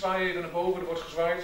zwaai even naar boven, er wordt gezwaaid.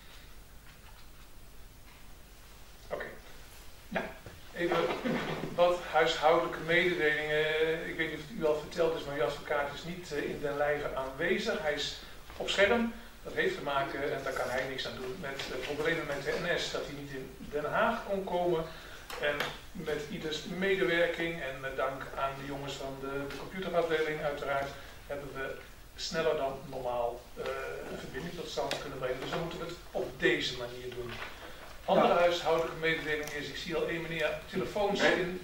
Oké. Nou, even wat huishoudelijke mededelingen. Ik weet niet of het u al verteld is, maar uw advocaat is niet in den lijve aanwezig. Hij is op scherm. Dat heeft te maken, en daar kan hij niks aan doen, met problemen met de NS, dat hij niet in Den Haag kon komen. En met ieders medewerking en met dank aan de jongens van de computerafdeling uiteraard, hebben we sneller dan normaal een verbinding tot stand kunnen brengen. Dus dan moeten we het op deze manier doen. Andere huishoudelijke mededeling is, ik zie al één meneer telefoons in...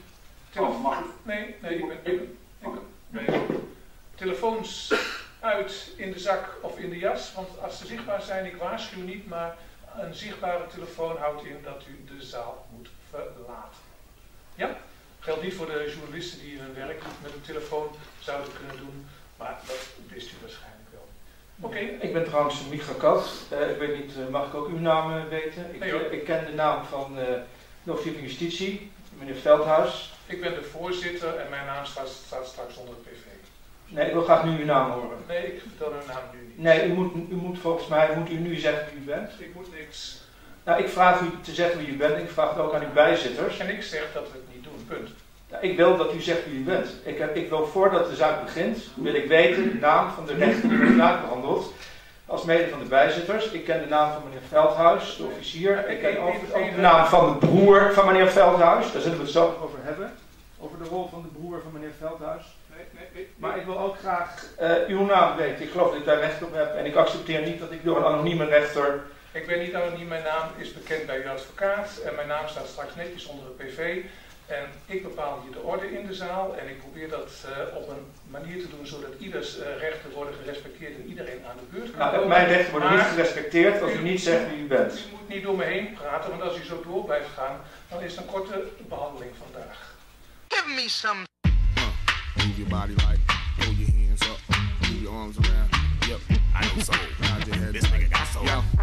Telefoons uit in de zak of in de jas, want als ze zichtbaar zijn, ik waarschuw niet, maar een zichtbare telefoon houdt in dat u de zaal moet verlaten. Ja, geldt niet voor de journalisten die hun werk met een telefoon zouden kunnen doen, maar dat wist u waarschijnlijk wel. Oké. Ik ben trouwens Micha Kat. Ik weet niet, mag ik ook uw naam weten? Ik ken de naam van de officier van justitie, meneer Veldhuis. Ik ben de voorzitter en mijn naam staat straks onder het PV. Nee, ik wil graag nu uw naam horen. Nee, ik vertel uw naam nu niet. Nee, u moet volgens mij, moet u nu zeggen wie u bent? Ik moet niks. Nou, ik vraag u te zeggen wie u bent. Ik vraag het ook aan uw bijzitters. En ik zeg dat we het niet doen, punt. Nou, ik wil dat u zegt wie u bent. Ik wil voordat de zaak begint, wil ik weten de naam van de rechter die de zaak behandelt. Als mede van de bijzitters. Ik ken de naam van meneer Veldhuis, de officier. Ik ken ook de naam van de broer van meneer Veldhuis. Daar zullen we het zo nog over hebben. Over de rol van de broer van meneer Veldhuis. Nee. Maar ik wil ook graag uw naam weten. Ik geloof dat ik daar recht op heb. En ik accepteer niet dat ik door een anonieme rechter... Ik ben niet anoniem. Mijn naam is bekend bij uw advocaat. En mijn naam staat straks netjes onder het PV. En ik bepaal hier de orde in de zaal. En ik probeer dat op een manier te doen zodat ieders rechten worden gerespecteerd en iedereen aan de beurt kan komen. Mijn rechten worden niet gerespecteerd als u niet zegt wie u bent. U moet niet door me heen praten, want als u zo door blijft gaan, dan is het een korte behandeling vandaag. Give me some. Move your body like, throw your hands up, move your arms around. Yep, I know so. Nod your head. This nigga got so.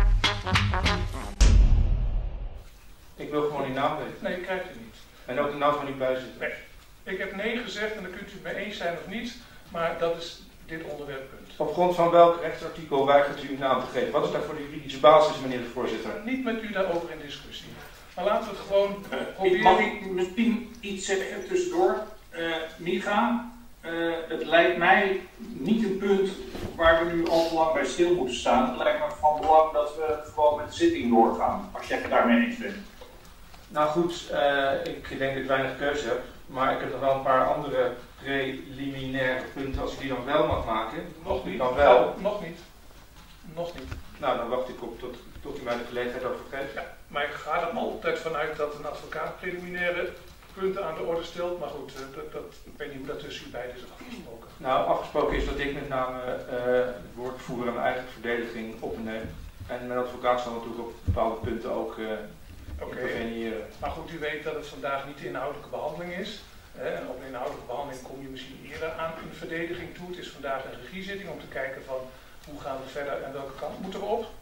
Ik wil gewoon uw naam weten. Nee, krijgt u niet. En ook de naam van uw bijzitter. Nee. Ik heb nee gezegd en dan kunt u het mee eens zijn of niet, maar dat is dit onderwerppunt. Op grond van welk rechtsartikel weigert u uw naam te geven? Wat is daar voor de juridische basis, meneer de voorzitter? Niet met u daarover in discussie. Maar laten we het gewoon proberen. Mag ik misschien iets zeggen tussendoor? Micha, het lijkt mij niet een punt waar we nu al te lang bij stil moeten staan. Het lijkt me van belang dat we gewoon met de zitting doorgaan, als jij het daarmee eens bent. Nou goed, ik denk dat ik weinig keuze heb, maar ik heb nog wel een paar andere preliminaire punten als ik die dan wel mag maken. Nog niet. Dan wel. Nog niet. Nog niet. Nou, dan wacht ik op tot u mij de gelegenheid over geeft. Ja, maar ik ga er altijd vanuit dat een advocaat preliminaire punten aan de orde stelt. Maar goed, ik weet niet hoe dat tussen u beiden is afgesproken. Nou, afgesproken is dat ik met name het woord voeren aan mijn eigen verdediging opneem. En mijn advocaat zal natuurlijk op bepaalde punten ook interveneren. Maar goed, u weet dat het vandaag niet de inhoudelijke behandeling is. En op een inhoudelijke behandeling kom je misschien eerder aan een verdediging toe. Het is vandaag een regiezitting om te kijken van hoe gaan we verder en welke kant moeten we op.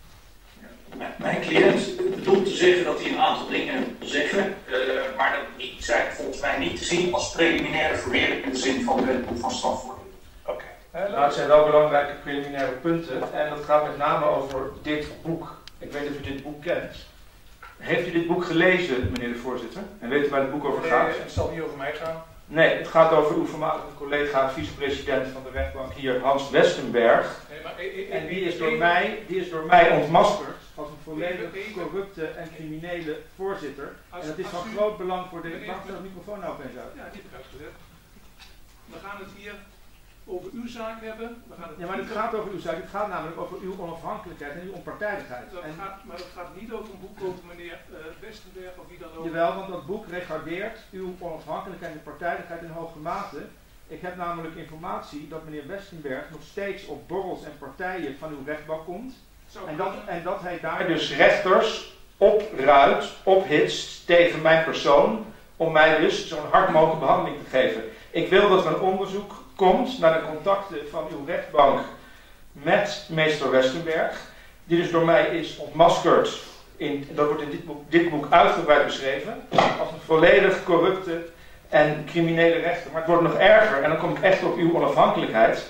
Mijn cliënt bedoelt te zeggen dat hij een aantal dingen wil zeggen, maar dat zijn volgens mij niet te zien als preliminaire verweer in de zin van de van strafvordering. Oké. Nou, het zijn wel belangrijke preliminaire punten en dat gaat met name over dit boek. Ik weet dat u dit boek kent. Heeft u dit boek gelezen, meneer de voorzitter? En weet u waar het boek over gaat? Het zal niet over mij gaan. Nee, het gaat over uw voormalige collega, vicepresident van de rechtbank hier, Hans Westenberg. Nee, maar en die is door mij ontmaskerd als een volledig corrupte en criminele voorzitter. En dat is van groot belang voor de... Waarom staat de microfoon nou opeens uit? Ja, die heb ik uitgezet. We gaan het hier over uw zaak hebben. Ja, maar het gaat over uw zaak. Het gaat namelijk over uw onafhankelijkheid en uw onpartijdigheid. Maar dat gaat niet over een boek over meneer Westenberg of wie dan ook. Jawel, want dat boek regardeert uw onafhankelijkheid en partijdigheid in hoge mate. Ik heb namelijk informatie dat meneer Westenberg nog steeds op borrels en partijen van uw rechtbank komt. En dat hij daar dus rechters opruidt, ophitst tegen mijn persoon, om mij dus zo'n hard mogelijke behandeling te geven. Ik wil dat er een onderzoek komt naar de contacten van uw rechtbank met meester Westenberg, die dus door mij is ontmaskerd. Dat wordt in dit boek uitgebreid beschreven, als een volledig corrupte en criminele rechter. Maar het wordt nog erger, en dan kom ik echt op uw onafhankelijkheid.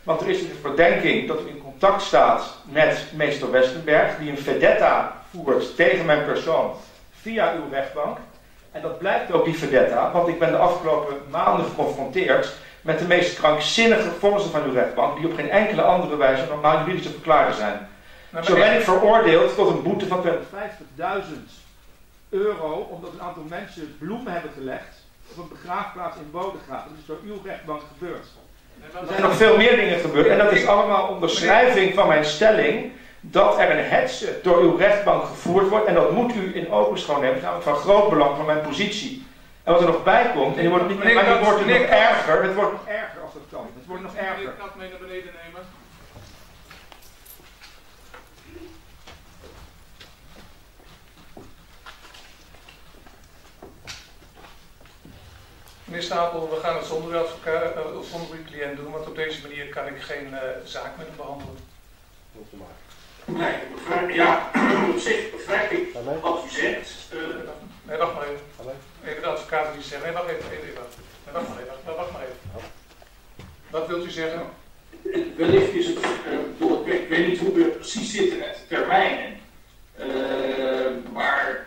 Want er is de verdenking dat u in contact staat met meester Westenberg, die een vendetta voert tegen mijn persoon via uw rechtbank. En dat blijkt ook die vendetta, want ik ben de afgelopen maanden geconfronteerd met de meest krankzinnige vonnissen van uw rechtbank, die op geen enkele andere wijze normaal juridisch te verklaren zijn. Zo ben ik veroordeeld tot een boete van 250.000 euro, omdat een aantal mensen bloemen hebben gelegd op een begraafplaats in Bodegraaf. Dat is door uw rechtbank gebeurd. Er zijn nog veel meer dingen gebeurd en dat is allemaal onderschrijving van mijn stelling dat er een hetze door uw rechtbank gevoerd wordt en dat moet u in ogenschouw nemen, namelijk van groot belang van mijn positie. En wat er nog bij komt, en die wordt niet, maar het wordt nog erger, het wordt nog erger als dat kan. Het wordt nog erger. Ik kan het mee naar beneden nemen. Meneer Stapel, we gaan het zonder uw cliënt doen, want op deze manier kan ik geen zaak met hem behandelen. Nee, ja, op zich begrijp ik wat u zegt. Nee, wacht maar even. Even de advocaat die zegt. Nee, wacht even. Wacht maar even. Wat wilt u zeggen? Wellicht is het, ik weet niet hoe we precies zitten met termijnen, maar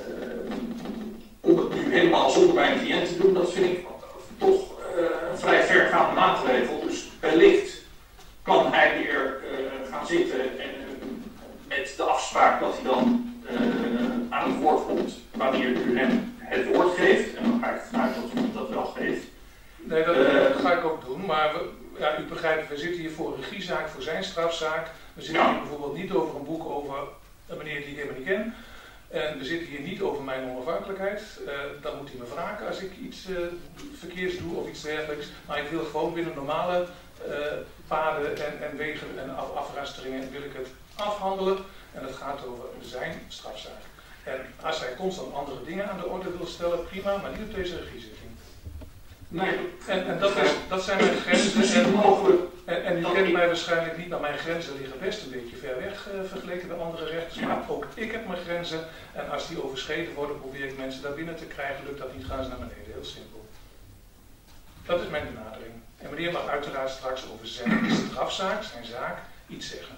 om het nu helemaal zonder bij een cliënt te doen, dat vind ik toch een vrij vergaande maatregel. Dus wellicht kan hij weer gaan zitten en met de afspraak dat hij dan aan het woord komt wanneer u hem het woord geeft. En dan ga ik vanuit dat u dat wel geeft. Nee, dat ga ik ook doen, maar ja, u begrijpt, we zitten hier voor een regiezaak, voor zijn strafzaak. We zitten hier bijvoorbeeld niet over een boek over een meneer die ik helemaal niet ken. En we zitten hier niet over mijn onafhankelijkheid. Dan moet hij me wraken als ik iets verkeers doe of iets dergelijks. Maar ik wil gewoon binnen normale paden en wegen en afrasteringen wil ik het afhandelen. En het gaat over zijn strafzaak. En als hij constant andere dingen aan de orde wil stellen, prima, maar niet op deze regiezitting. Nee. En dat zijn mijn grenzen. En u kent mij waarschijnlijk niet, maar mijn grenzen liggen best een beetje ver weg vergeleken bij andere rechters. Maar ook ik heb mijn grenzen. En als die overschreden worden, probeer ik mensen daar binnen te krijgen. Lukt dat niet, gaan ze naar beneden. Heel simpel. Dat is mijn benadering. En meneer mag uiteraard straks over zijn strafzaak, zijn zaak, iets zeggen.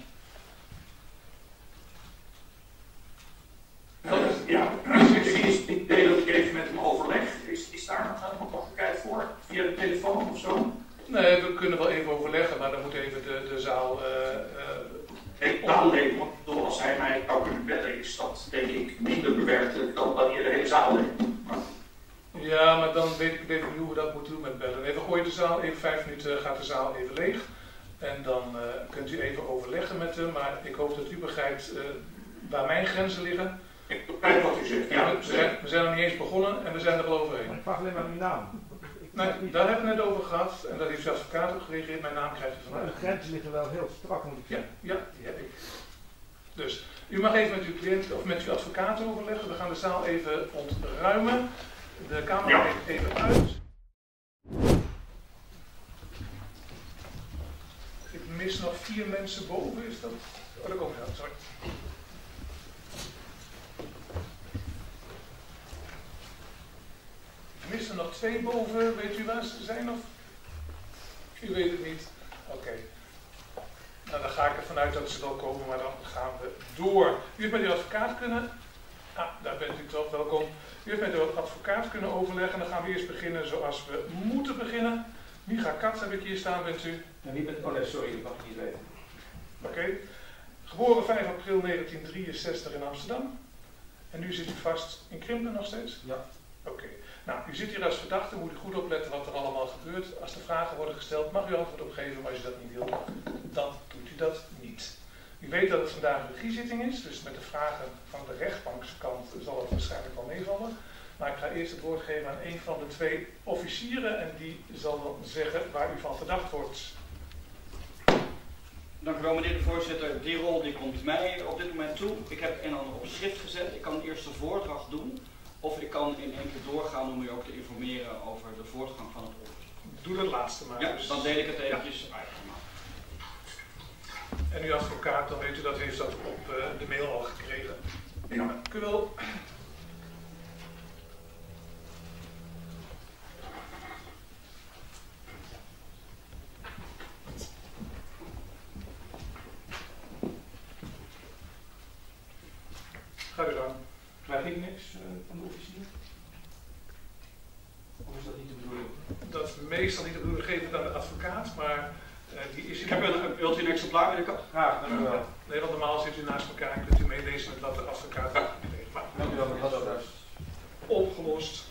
Ja, ik deed dat ik even met hem overleg. Is daar nog een mogelijkheid voor? Via de telefoon of zo? Nee, we kunnen wel even overleggen, maar dan moet even de zaal... alleen, want als hij mij zou kunnen bellen, is dat denk ik minder bewerkelijk dan wanneer de hele zaal leeft. Ja, maar dan weet ik even hoe we dat moeten doen met bellen. Nee, we gooien de zaal even 5 minuten, gaat de zaal even leeg. En dan kunt u even overleggen met hem, maar ik hoop dat u begrijpt waar mijn grenzen liggen. Ik begrijp wat u zegt, ja. We zijn nog niet eens begonnen en we zijn er wel overheen. Ik vraag alleen maar uw naam. Nee, daar hebben we het net over gehad en daar heeft de advocaat op gereageerd. Mijn naam krijgt u vandaag. Maar de grenzen liggen wel heel strak, moet ik zeggen. Ja, die heb ik. Dus, u mag even met uw cliënt of met uw advocaat overleggen. We gaan de zaal even ontruimen. De camera gaat even uit. Ik mis nog 4 mensen boven, is dat? Oh, daar komt hij, sorry. Ik mis er nog 2 boven, weet u waar ze zijn of? U weet het niet. Oké. Nou, dan ga ik ervan uit dat ze wel komen, maar dan gaan we door. U heeft met uw advocaat kunnen... Ah, daar bent u toch, welkom. U heeft met uw advocaat kunnen overleggen. Dan gaan we eerst beginnen zoals we moeten beginnen. Micha Katz heb ik hier staan, bent u? En wie bent... Oh nee, sorry, dat mag ik niet weten. Oké. Geboren 5 april 1963 in Amsterdam. En nu zit u vast in Krimpen nog steeds? Ja. Oké. Nou, u zit hier als verdachte, moet u goed opletten wat er allemaal gebeurt. Als er vragen worden gesteld, mag u antwoord op geven, maar als u dat niet wilt, dan doet u dat niet. U weet dat het vandaag een regiezitting is, dus met de vragen van de rechtbankskant zal het waarschijnlijk wel meevallen. Maar ik ga eerst het woord geven aan een van de 2 officieren en die zal dan zeggen waar u van verdacht wordt. Dank u wel, meneer de voorzitter. Die rol die komt mij op dit moment toe. Ik heb een en ander op schrift gezet. Ik kan eerst de voordracht doen. Of ik kan in één keer doorgaan om u ook te informeren over de voortgang van het onderzoek. Doe dat laatste maar. Ja, dus. dan deel ik het eventjes uit. En uw advocaat, dan weet u dat, heeft dat op de mail al gekregen. Ja. Dank u wel. ik niks van de officier? Of is dat niet de bedoeling? Dat is meestal niet de bedoeling, geven het aan de advocaat, maar die is... Wilt u een exemplaar met de kat? Graag, dank u wel. Nee, want normaal zit u naast elkaar en kunt u meelezen met wat de advocaat heeft. Maar Dank u wel, dat was het. opgelost.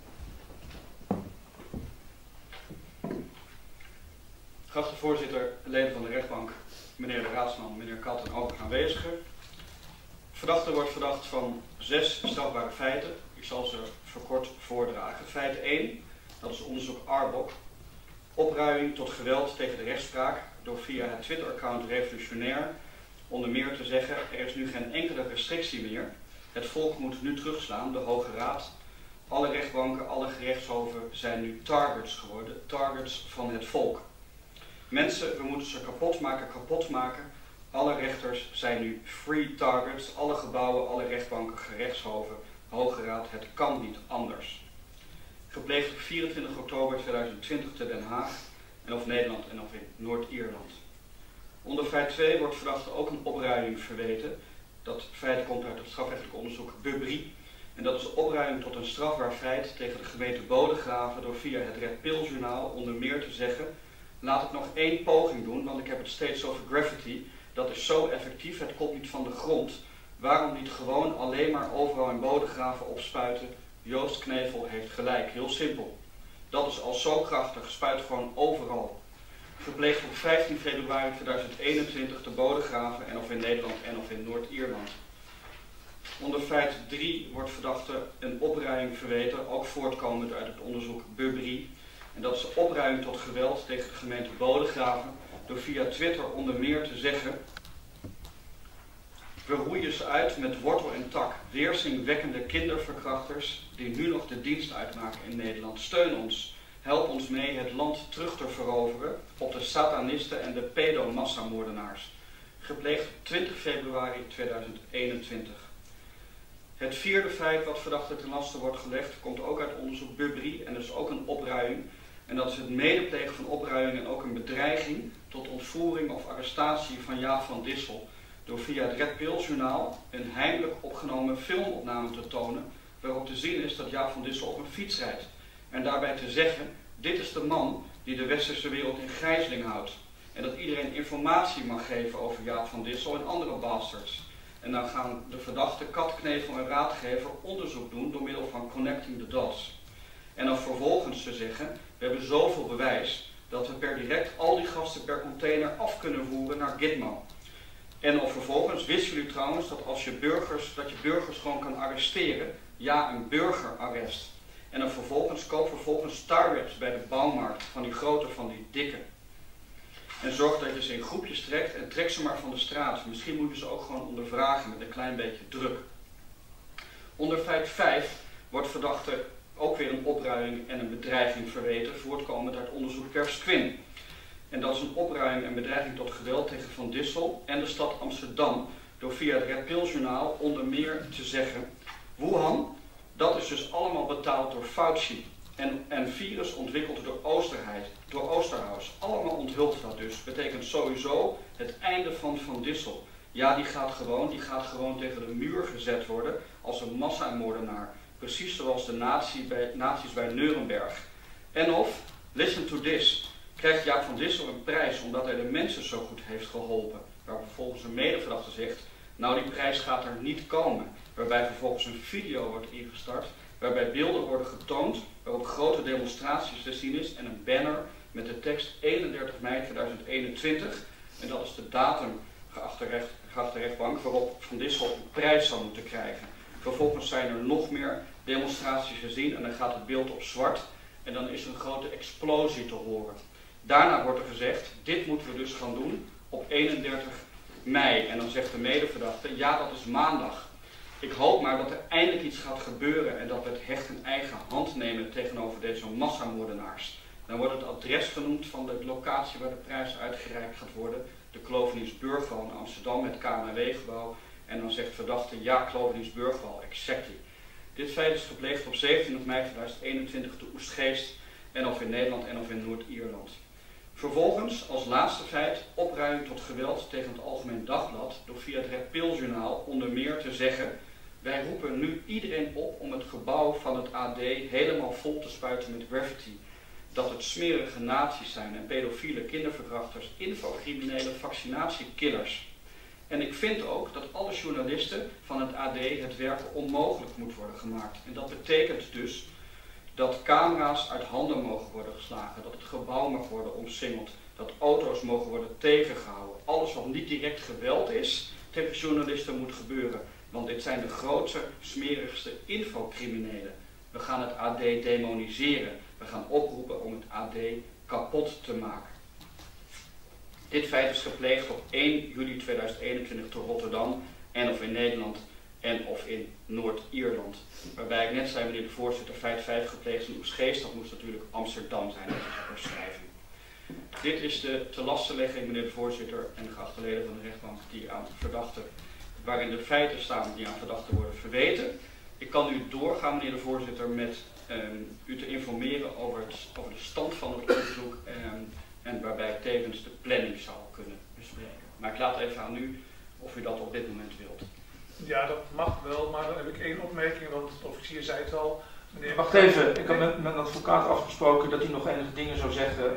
Geachte voorzitter, leden van de rechtbank, meneer de raadsman, meneer Kat en overige aanwezigen. Verdachte wordt verdacht van 6 strafbare feiten. Ik zal ze verkort voordragen. Feit 1, dat is onderzoek Arbok. Opruiing tot geweld tegen de rechtspraak door via het Twitter-account Revolutionair onder meer te zeggen: er is nu geen enkele restrictie meer. Het volk moet nu terugslaan, de Hoge Raad. Alle rechtbanken, alle gerechtshoven zijn nu targets geworden, targets van het volk. Mensen, we moeten ze kapot maken. Alle rechters zijn nu free targets. Alle gebouwen, alle rechtbanken, gerechtshoven, Hoge Raad, het kan niet anders. Gepleegd op 24 oktober 2020 te Den Haag en of Nederland en of in Noord-Ierland. Onder feit 2 wordt verdachte ook een opruiing verweten. Dat feit komt uit het strafrechtelijk onderzoek Bubri. En dat is de opruiing tot een strafbaar feit tegen de gemeente Bodegraven door via het Red Pill Journaal onder meer te zeggen: laat ik nog 1 poging doen, want ik heb het steeds over graffiti. Dat is zo effectief, het komt niet van de grond. Waarom niet gewoon alleen maar overal in Bodegraven opspuiten? Joost Knevel heeft gelijk, heel simpel. Dat is al zo krachtig, spuit gewoon overal. Gepleegd op 15 februari 2021 te Bodegraven en of in Nederland en of in Noord-Ierland. Onder feit 3 wordt verdachte een opruiing verweten, ook voortkomend uit het onderzoek Bubri. En dat is de opruiing tot geweld tegen de gemeente Bodegraven door via Twitter onder meer te zeggen: we roeien ze uit met wortel en tak, weerzinwekkende kinderverkrachters die nu nog de dienst uitmaken in Nederland. Steun ons, help ons mee het land terug te veroveren op de satanisten en de pedomassamoordenaars. Gepleegd op 20 februari 2021. Het 4e feit wat verdachte ten laste wordt gelegd komt ook uit onderzoek Bubri en dat is ook een opruiing. En dat is het medeplegen van opruiing en ook een bedreiging tot ontvoering of arrestatie van Jaap van Dissel door via het Red Pill Journaal een heimelijk opgenomen filmopname te tonen waarop te zien is dat Jaap van Dissel op een fiets rijdt. En daarbij te zeggen: dit is de man die de westerse wereld in gijzeling houdt. En dat iedereen informatie mag geven over Jaap van Dissel en andere bastards. En dan gaan de verdachte Kat, Knevel en raadgever onderzoek doen door middel van connecting the dots. En dan vervolgens te zeggen: we hebben zoveel bewijs dat we per direct al die gasten per container af kunnen voeren naar Gitmo. En dan vervolgens, wisten jullie trouwens dat je burgers gewoon kan arresteren? Ja, een burgerarrest. En dan koop vervolgens targets bij de bouwmarkt, van die grote, van die dikke. En zorg dat je ze in groepjes trekt en trek ze maar van de straat. Misschien moet je ze ook gewoon ondervragen met een klein beetje druk. Onder feit 5 wordt verdachte ook weer een opruiing en een bedreiging verweten, voortkomend uit onderzoek Persquin. En dat is een opruiing en bedreiging tot geweld tegen Van Dissel en de stad Amsterdam door via het Red Pill Journaal onder meer te zeggen: Wuhan, dat is dus allemaal betaald door Fauci. En virus ontwikkeld door Oosterhuis. Allemaal onthult dat dus. Betekent sowieso het einde van Van Dissel. Ja, die gaat gewoon tegen de muur gezet worden als een massamoordenaar. Precies zoals de nazi's bij Nuremberg. En of, listen to this, krijgt Jaap van Dissel een prijs omdat hij de mensen zo goed heeft geholpen. Waar vervolgens een medeverdachte zegt: nou, die prijs gaat er niet komen. Waarbij vervolgens een video wordt ingestart, waarbij beelden worden getoond, waarop grote demonstraties te zien is en een banner met de tekst 31 mei 2021. En dat is de datum, geachte rechtbank, waarop Van Dissel een prijs zou moeten krijgen. Vervolgens zijn er nog meer demonstraties gezien en dan gaat het beeld op zwart en dan is er een grote explosie te horen. Daarna wordt er gezegd: dit moeten we dus gaan doen op 31 mei. En dan zegt de medeverdachte: ja, dat is maandag. Ik hoop maar dat er eindelijk iets gaat gebeuren en dat we het heft in eigen hand nemen tegenover deze massamoordenaars. Dan wordt het adres genoemd van de locatie waar de prijs uitgereikt gaat worden. De Clovenius-Burgwal in Amsterdam, het KNW-gebouw. En dan zegt verdachte: ja, Clovenius-Burgwal, exactly. Dit feit is gepleegd op 17 mei 2021 te Oestgeest en of in Nederland en of in Noord-Ierland. Vervolgens, als laatste feit, opruiing tot geweld tegen het Algemeen Dagblad door via het Red Pill Journaal onder meer te zeggen: Wij roepen nu iedereen op om het gebouw van het AD helemaal vol te spuiten met graffiti. Dat het smerige nazi's zijn en pedofiele kinderverkrachters, infocriminelen, vaccinatiekillers. En ik vind ook dat alle journalisten van het AD het werk onmogelijk moet worden gemaakt. En dat betekent dus dat camera's uit handen mogen worden geslagen, dat het gebouw mag worden omsingeld, dat auto's mogen worden tegengehouden. Alles wat niet direct geweld is tegen journalisten moet gebeuren. Want dit zijn de grootste, smerigste infocriminelen. We gaan het AD demoniseren. We gaan oproepen om het AD kapot te maken. Dit feit is gepleegd op 1 juli 2021 te Rotterdam en of in Nederland en of in Noord-Ierland. Waarbij ik net zei, meneer de voorzitter, feit 5 gepleegd in Oegstgeest. Dat moest natuurlijk Amsterdam zijn, dat is de beschrijving. Dit is de telastenlegging, meneer de voorzitter en de geachte leden van de rechtbank, die aan verdachten, waarin de feiten staan die aan verdachten worden verweten. Ik kan nu doorgaan, meneer de voorzitter, met u te informeren over de stand van het onderzoek en waarbij ik tevens de planning zou kunnen bespreken. Maar ik laat even aan u of u dat op dit moment wilt. Ja, dat mag wel, maar dan heb ik 1 opmerking, want de officier zei het al. Meneer... Wacht even, ik heb met een advocaat afgesproken dat hij nog enige dingen zou zeggen.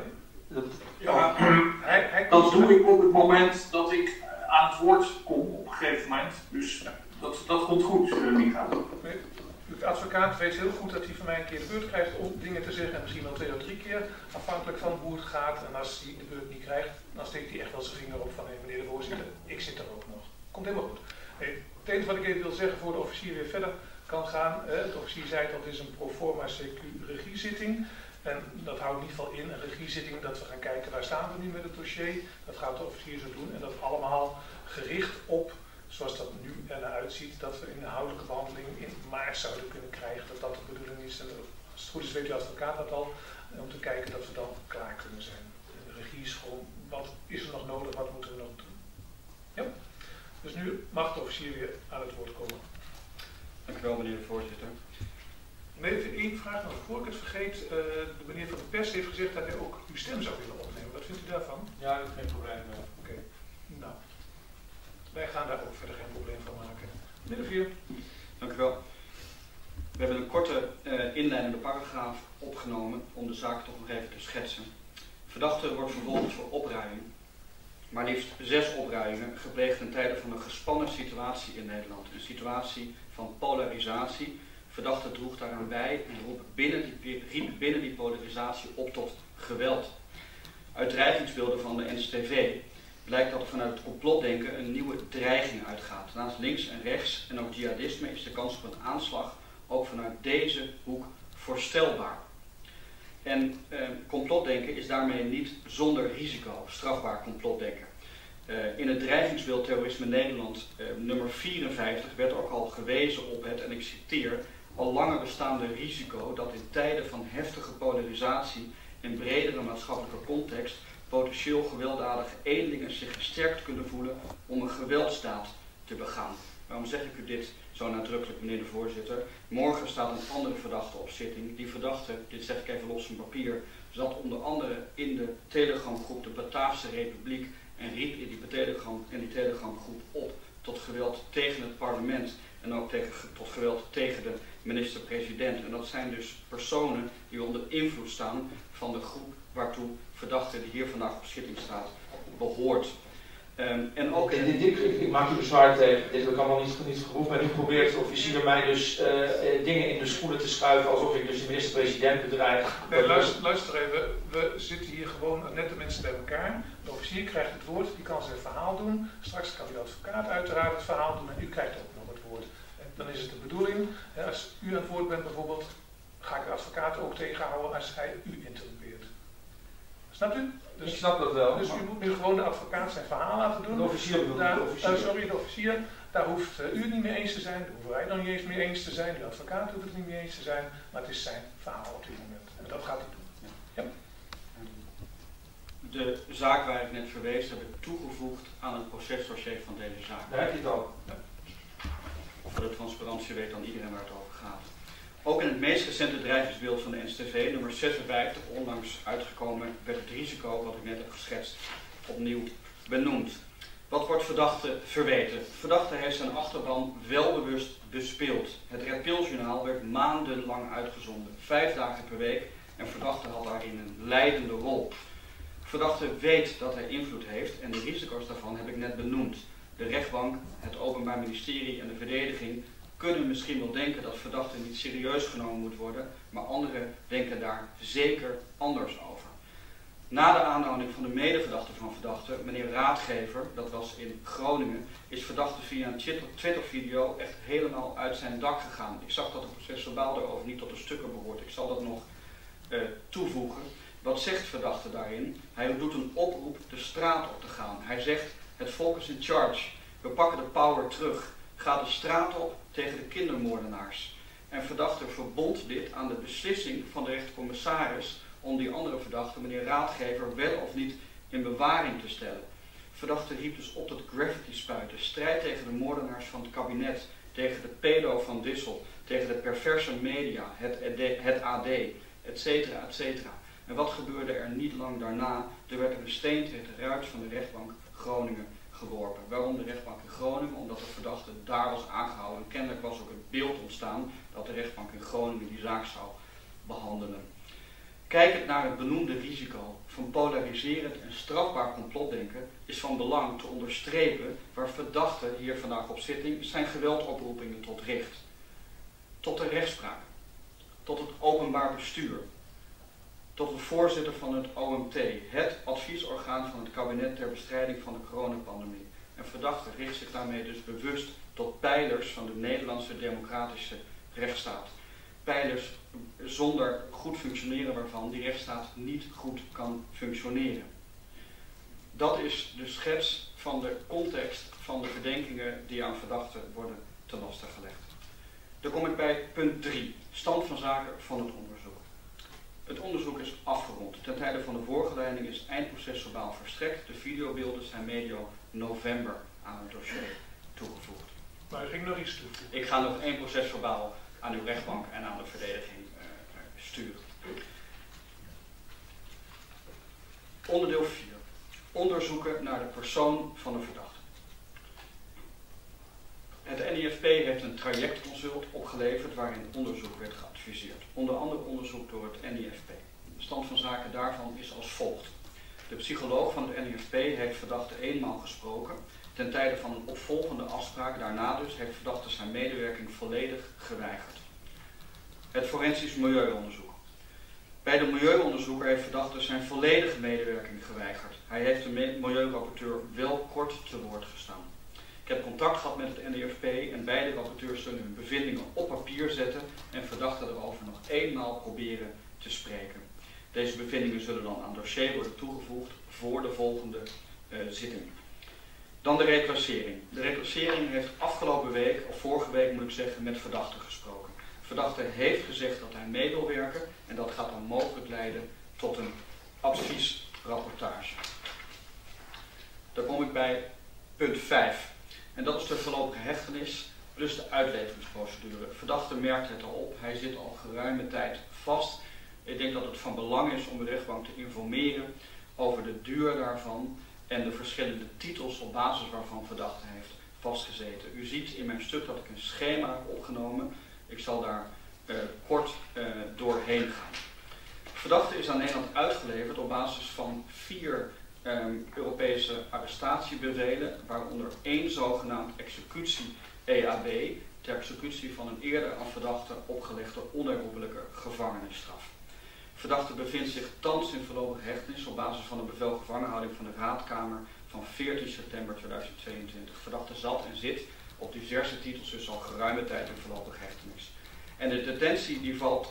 Dat doe ik op het moment dat ik aan het woord kom op een gegeven moment. Dus dat komt goed, Micha. De advocaat weet heel goed dat hij van mij een keer de beurt krijgt om dingen te zeggen. En misschien wel 2 of 3 keer, afhankelijk van hoe het gaat. En als hij de beurt niet krijgt, dan steekt hij echt wel zijn vinger op van meneer de voorzitter, ik zit er ook nog. Komt helemaal goed. Het enige wat ik even wil zeggen voor de officier weer verder kan gaan. De officier zei dat het is een pro forma CQ regiezitting. En dat houdt in ieder geval in een regiezitting dat we gaan kijken waar staan we nu met het dossier. Dat gaat de officier zo doen en dat allemaal gericht op, zoals dat nu er uitziet, dat we inhoudelijke behandeling in maart zouden kunnen krijgen. Dat dat de bedoeling is. En als het goed is weet de advocaat dat al. Om te kijken dat we dan klaar kunnen zijn. De regie is gewoon, wat is er nog nodig, wat moeten we nog doen. Ja. Dus nu mag de officier weer aan het woord komen. Dank u wel, meneer de voorzitter. Even 1 vraag nog voor ik het vergeet. De meneer van de pers heeft gezegd dat hij ook uw stem zou willen opnemen. Wat vindt u daarvan? Ja, dat is geen probleem. Oké. Nou, wij gaan daar ook verder geen probleem van maken. Meneer de Vier. Dank u wel. We hebben een korte inleidende paragraaf opgenomen om de zaak toch nog even te schetsen. Verdachte wordt vervolgd voor opruiming. Maar liefst 6 opruimingen gepleegd ten tijde van een gespannen situatie in Nederland. Een situatie van polarisatie. Verdachte droeg daaraan bij en riep binnen die polarisatie op tot geweld. Uit dreigingsbeelden van de NSTV blijkt dat er vanuit het complotdenken een nieuwe dreiging uitgaat. Naast links en rechts en ook jihadisme is de kans op een aanslag ook vanuit deze hoek voorstelbaar. En complotdenken is daarmee niet zonder risico, strafbaar complotdenken. In het dreigingsbeeld Terrorisme Nederland nummer 54 werd ook al gewezen op het, en ik citeer, al langer bestaande risico dat in tijden van heftige polarisatie in bredere maatschappelijke context potentieel gewelddadige eenlingen zich gesterkt kunnen voelen om een geweldsdaad te begaan. Waarom zeg ik u dit zo nadrukkelijk, meneer de voorzitter? Morgen staat een andere verdachte op zitting. Die verdachte, dit zeg ik even los van papier, zat onder andere in de telegramgroep de Bataafse Republiek en riep in die telegramgroep op tot geweld tegen het parlement en ook tot geweld tegen de minister-president. En dat zijn dus personen die onder invloed staan van de groep waartoe verdachte die hier vandaag op zitting staat behoort. En ook ik maak u bezwaar tegen. Dit heb ik allemaal niet geroepen. En u probeert de officier mij dus dingen in de schoenen te schuiven alsof ik dus de minister-president bedreig. Nee, luister even. We zitten hier gewoon net de mensen bij elkaar. De officier krijgt het woord, die kan zijn verhaal doen. Straks kan uw advocaat uiteraard het verhaal doen en u krijgt ook nog het woord. En dan is het de bedoeling, als u aan het woord bent bijvoorbeeld, ga ik de advocaat ook tegenhouden als hij u interrupeert. Snapt u? Dus, ik snap dat wel. Dus u moet nu gewoon de advocaat zijn verhaal laten doen. De officier bedoelt de officier. Daar hoeft u het niet mee eens te zijn, daar hoeven wij dan niet eens mee eens te zijn, de advocaat hoeft het niet mee eens te zijn, maar het is zijn verhaal op dit moment. En dat gaat hij doen. Ja. De zaak waar ik net verwees heb ik toegevoegd aan het procesdossier van deze zaak. Daar heb je het al. Ja. Voor de transparantie weet dan iedereen waar het over gaat. Ook in het meest recente dreigingsbeeld van de NSTV, nummer 56, onlangs uitgekomen, werd het risico wat ik net heb geschetst opnieuw benoemd. Wat wordt verdachte verweten? Verdachte heeft zijn achterban welbewust bespeeld. Het Red Pils Journaal werd maandenlang uitgezonden, 5 dagen per week, en verdachte had daarin een leidende rol. Verdachte weet dat hij invloed heeft en de risico's daarvan heb ik net benoemd. De rechtbank, het Openbaar Ministerie en de verdediging kunnen misschien wel denken dat verdachte niet serieus genomen moet worden, maar anderen denken daar zeker anders over. Na de aanhouding van de medeverdachte van verdachte, meneer Raadgever, dat was in Groningen, is verdachte via een Twitter-video echt helemaal uit zijn dak gegaan. Ik zag dat het proces-verbaal daarover niet tot de stukken behoort. Ik zal dat nog toevoegen. Wat zegt verdachte daarin? Hij doet een oproep de straat op te gaan. Hij zegt, het volk is in charge. We pakken de power terug. Ga de straat op tegen de kindermoordenaars. En verdachte verbond dit aan de beslissing van de rechtercommissaris om die andere verdachte, meneer Raadgever, wel of niet in bewaring te stellen. Verdachte riep dus op tot graffiti spuiten, strijd tegen de moordenaars van het kabinet, tegen de pedo van Dissel, tegen de perverse media, het AD, etcetera, etcetera. En wat gebeurde er niet lang daarna? Er werd een steen tegen de ruit van de rechtbank Groningen geworpen. Waarom de rechtbank in Groningen? Omdat de verdachte daar was aangehouden. En kennelijk was ook het beeld ontstaan dat de rechtbank in Groningen die zaak zou behandelen. Kijkend naar het benoemde risico van polariserend en strafbaar complotdenken is van belang te onderstrepen waar verdachte hier vandaag op zitting zijn geweldoproepingen tot richt. Tot de rechtspraak, tot het openbaar bestuur, tot de voorzitter van het OMT, het adviesorgaan van het kabinet ter bestrijding van de coronapandemie. En verdachte richt zich daarmee dus bewust tot pijlers van de Nederlandse democratische rechtsstaat. Pijlers zonder goed functioneren waarvan die rechtsstaat niet goed kan functioneren. Dat is de schets van de context van de verdenkingen die aan verdachten worden ten laste gelegd. Dan kom ik bij punt 3, stand van zaken van het onderzoek. Het onderzoek is afgerond. Ten tijde van de voorgeleiding is het eindprocesverbaal verstrekt. De videobeelden zijn medio november aan het dossier toegevoegd. Maar er ging nog iets toevoegen. Ik ga nog 1 procesverbaal aan uw rechtbank en aan de verdediging sturen. Onderdeel 4. Onderzoeken naar de persoon van de verdachte. Het NIFP heeft een trajectconsult opgeleverd waarin onderzoek werd geadviseerd. Onder andere onderzoek door het NIFP. De stand van zaken daarvan is als volgt. De psycholoog van het NIFP heeft verdachte eenmaal gesproken. Ten tijde van een opvolgende afspraak daarna dus heeft verdachte zijn medewerking volledig geweigerd. Het forensisch milieuonderzoek. Bij de milieuonderzoeker heeft verdachte zijn volledige medewerking geweigerd. Hij heeft de milieurapporteur wel kort te woord gestaan. Ik heb contact gehad met het NIFP en beide rapporteurs zullen hun bevindingen op papier zetten en verdachten erover nog eenmaal proberen te spreken. Deze bevindingen zullen dan aan het dossier worden toegevoegd voor de volgende zitting. Dan de reclassering. De reclassering heeft afgelopen week, of vorige week moet ik zeggen, met verdachte gesproken. Verdachte heeft gezegd dat hij mee wil werken en dat gaat dan mogelijk leiden tot een adviesrapportage. Dan kom ik bij punt 5. En dat is de voorlopige hechtenis plus de uitleveringsprocedure. Verdachte merkt het al op, hij zit al geruime tijd vast. Ik denk dat het van belang is om de rechtbank te informeren over de duur daarvan en de verschillende titels op basis waarvan verdachte heeft vastgezeten. U ziet in mijn stuk dat ik een schema heb opgenomen. Ik zal daar kort doorheen gaan. Verdachte is aan Nederland uitgeleverd op basis van 4 Europese arrestatiebevelen, waaronder 1 zogenaamd executie EAB, ter executie van een eerder aan verdachte opgelegde onherroepelijke gevangenisstraf. Verdachte bevindt zich thans in voorlopige hechtenis op basis van een bevel gevangenhouding van de Raadkamer van 14 september 2022. Verdachte zat en zit op diverse titels dus al geruime tijd in voorlopige hechtenis. En de detentie die valt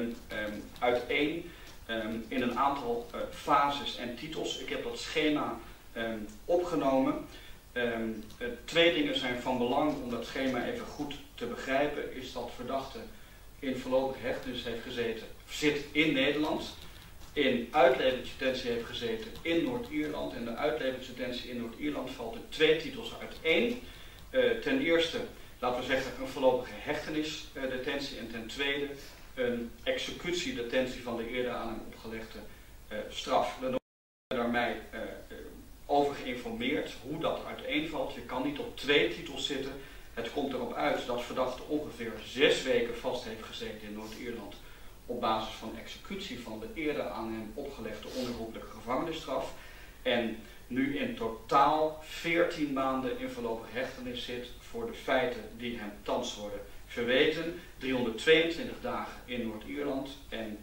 uiteen in een aantal fases en titels. Ik heb dat schema opgenomen. 2 dingen zijn van belang om dat schema even goed te begrijpen. Is dat verdachte in voorlopige hechtenis heeft gezeten, zit in Nederland. In uitleveringsdetentie heeft gezeten in Noord-Ierland. En de uitleveringsdetentie in Noord-Ierland valt in 2 titels uiteen. Ten eerste, laten we zeggen, een voorlopige hechtenisdetentie. En ten tweede, een executiedetentie van de eerder aan hem opgelegde straf. Daar mij over geïnformeerd hoe dat uiteenvalt. Je kan niet op 2 titels zitten. Het komt erop uit dat verdachte ongeveer 6 weken vast heeft gezeten in Noord-Ierland op basis van executie van de eerder aan hem opgelegde onherroepelijke gevangenisstraf. En nu in totaal 14 maanden in voorlopige hechtenis zit voor de feiten die hem thans worden verweten. 322 dagen in Noord-Ierland en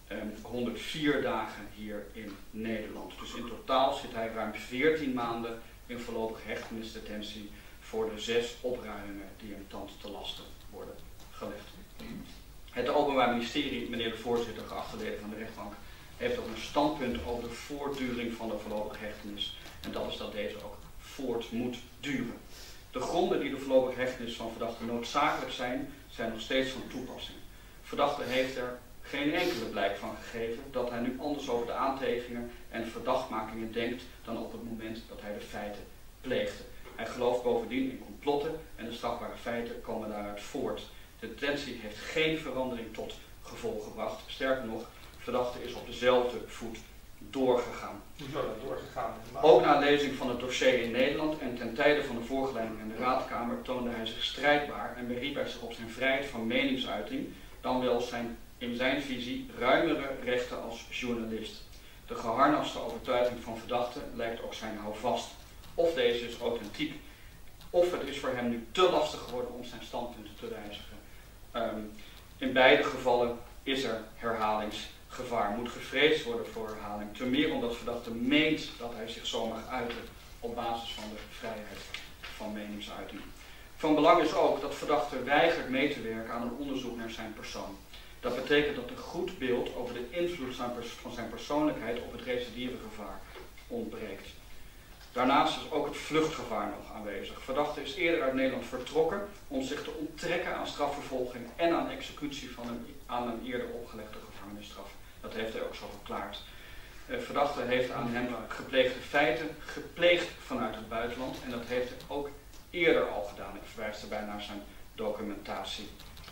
104 dagen hier in Nederland. Dus in totaal zit hij ruim 14 maanden in voorlopige hechtenisdetentie voor de 6 opruimingen die hem thans te lasten worden gelegd. Het Openbaar Ministerie, meneer de voorzitter, geachte leden van de rechtbank, heeft ook een standpunt over de voortduring van de voorlopige hechtenis. En dat is dat deze ook voort moet duren. De gronden die de voorlopige hechtenis van verdachte noodzakelijk zijn, zijn nog steeds van toepassing. Verdachte heeft er geen enkele blijk van gegeven dat hij nu anders over de aantekeningen en verdachtmakingen denkt dan op het moment dat hij de feiten pleegde. Hij gelooft bovendien in complotten en de strafbare feiten komen daaruit voort. De detentie heeft geen verandering tot gevolg gebracht. Sterker nog, verdachte is op dezelfde voet doorgegaan. Ook na lezing van het dossier in Nederland en ten tijde van de voorgeleiding in de Raadkamer toonde hij zich strijdbaar en beriep hij zich op zijn vrijheid van meningsuiting, dan wel in zijn visie ruimere rechten als journalist. De geharnaste overtuiging van verdachte lijkt ook zijn houvast. Of deze is authentiek, of het is voor hem nu te lastig geworden om zijn standpunten te wijzigen. In beide gevallen is er herhalingsgevaar, moet gevreesd worden voor herhaling. Ten meer omdat verdachte meent dat hij zich zo mag uiten op basis van de vrijheid van meningsuiting. Van belang is ook dat verdachte weigert mee te werken aan een onderzoek naar zijn persoon. Dat betekent dat een goed beeld over de invloed van zijn persoonlijkheid op het recidivegevaar ontbreekt. Daarnaast is ook het vluchtgevaar nog aanwezig. Verdachte is eerder uit Nederland vertrokken om zich te onttrekken aan strafvervolging en aan executie aan een eerder opgelegde gevangenisstraf. Dat heeft hij ook zo verklaard. Verdachte heeft aan hem gepleegde feiten gepleegd vanuit het buitenland en dat heeft hij ook eerder al gedaan. Ik verwijs daarbij naar zijn documentatie.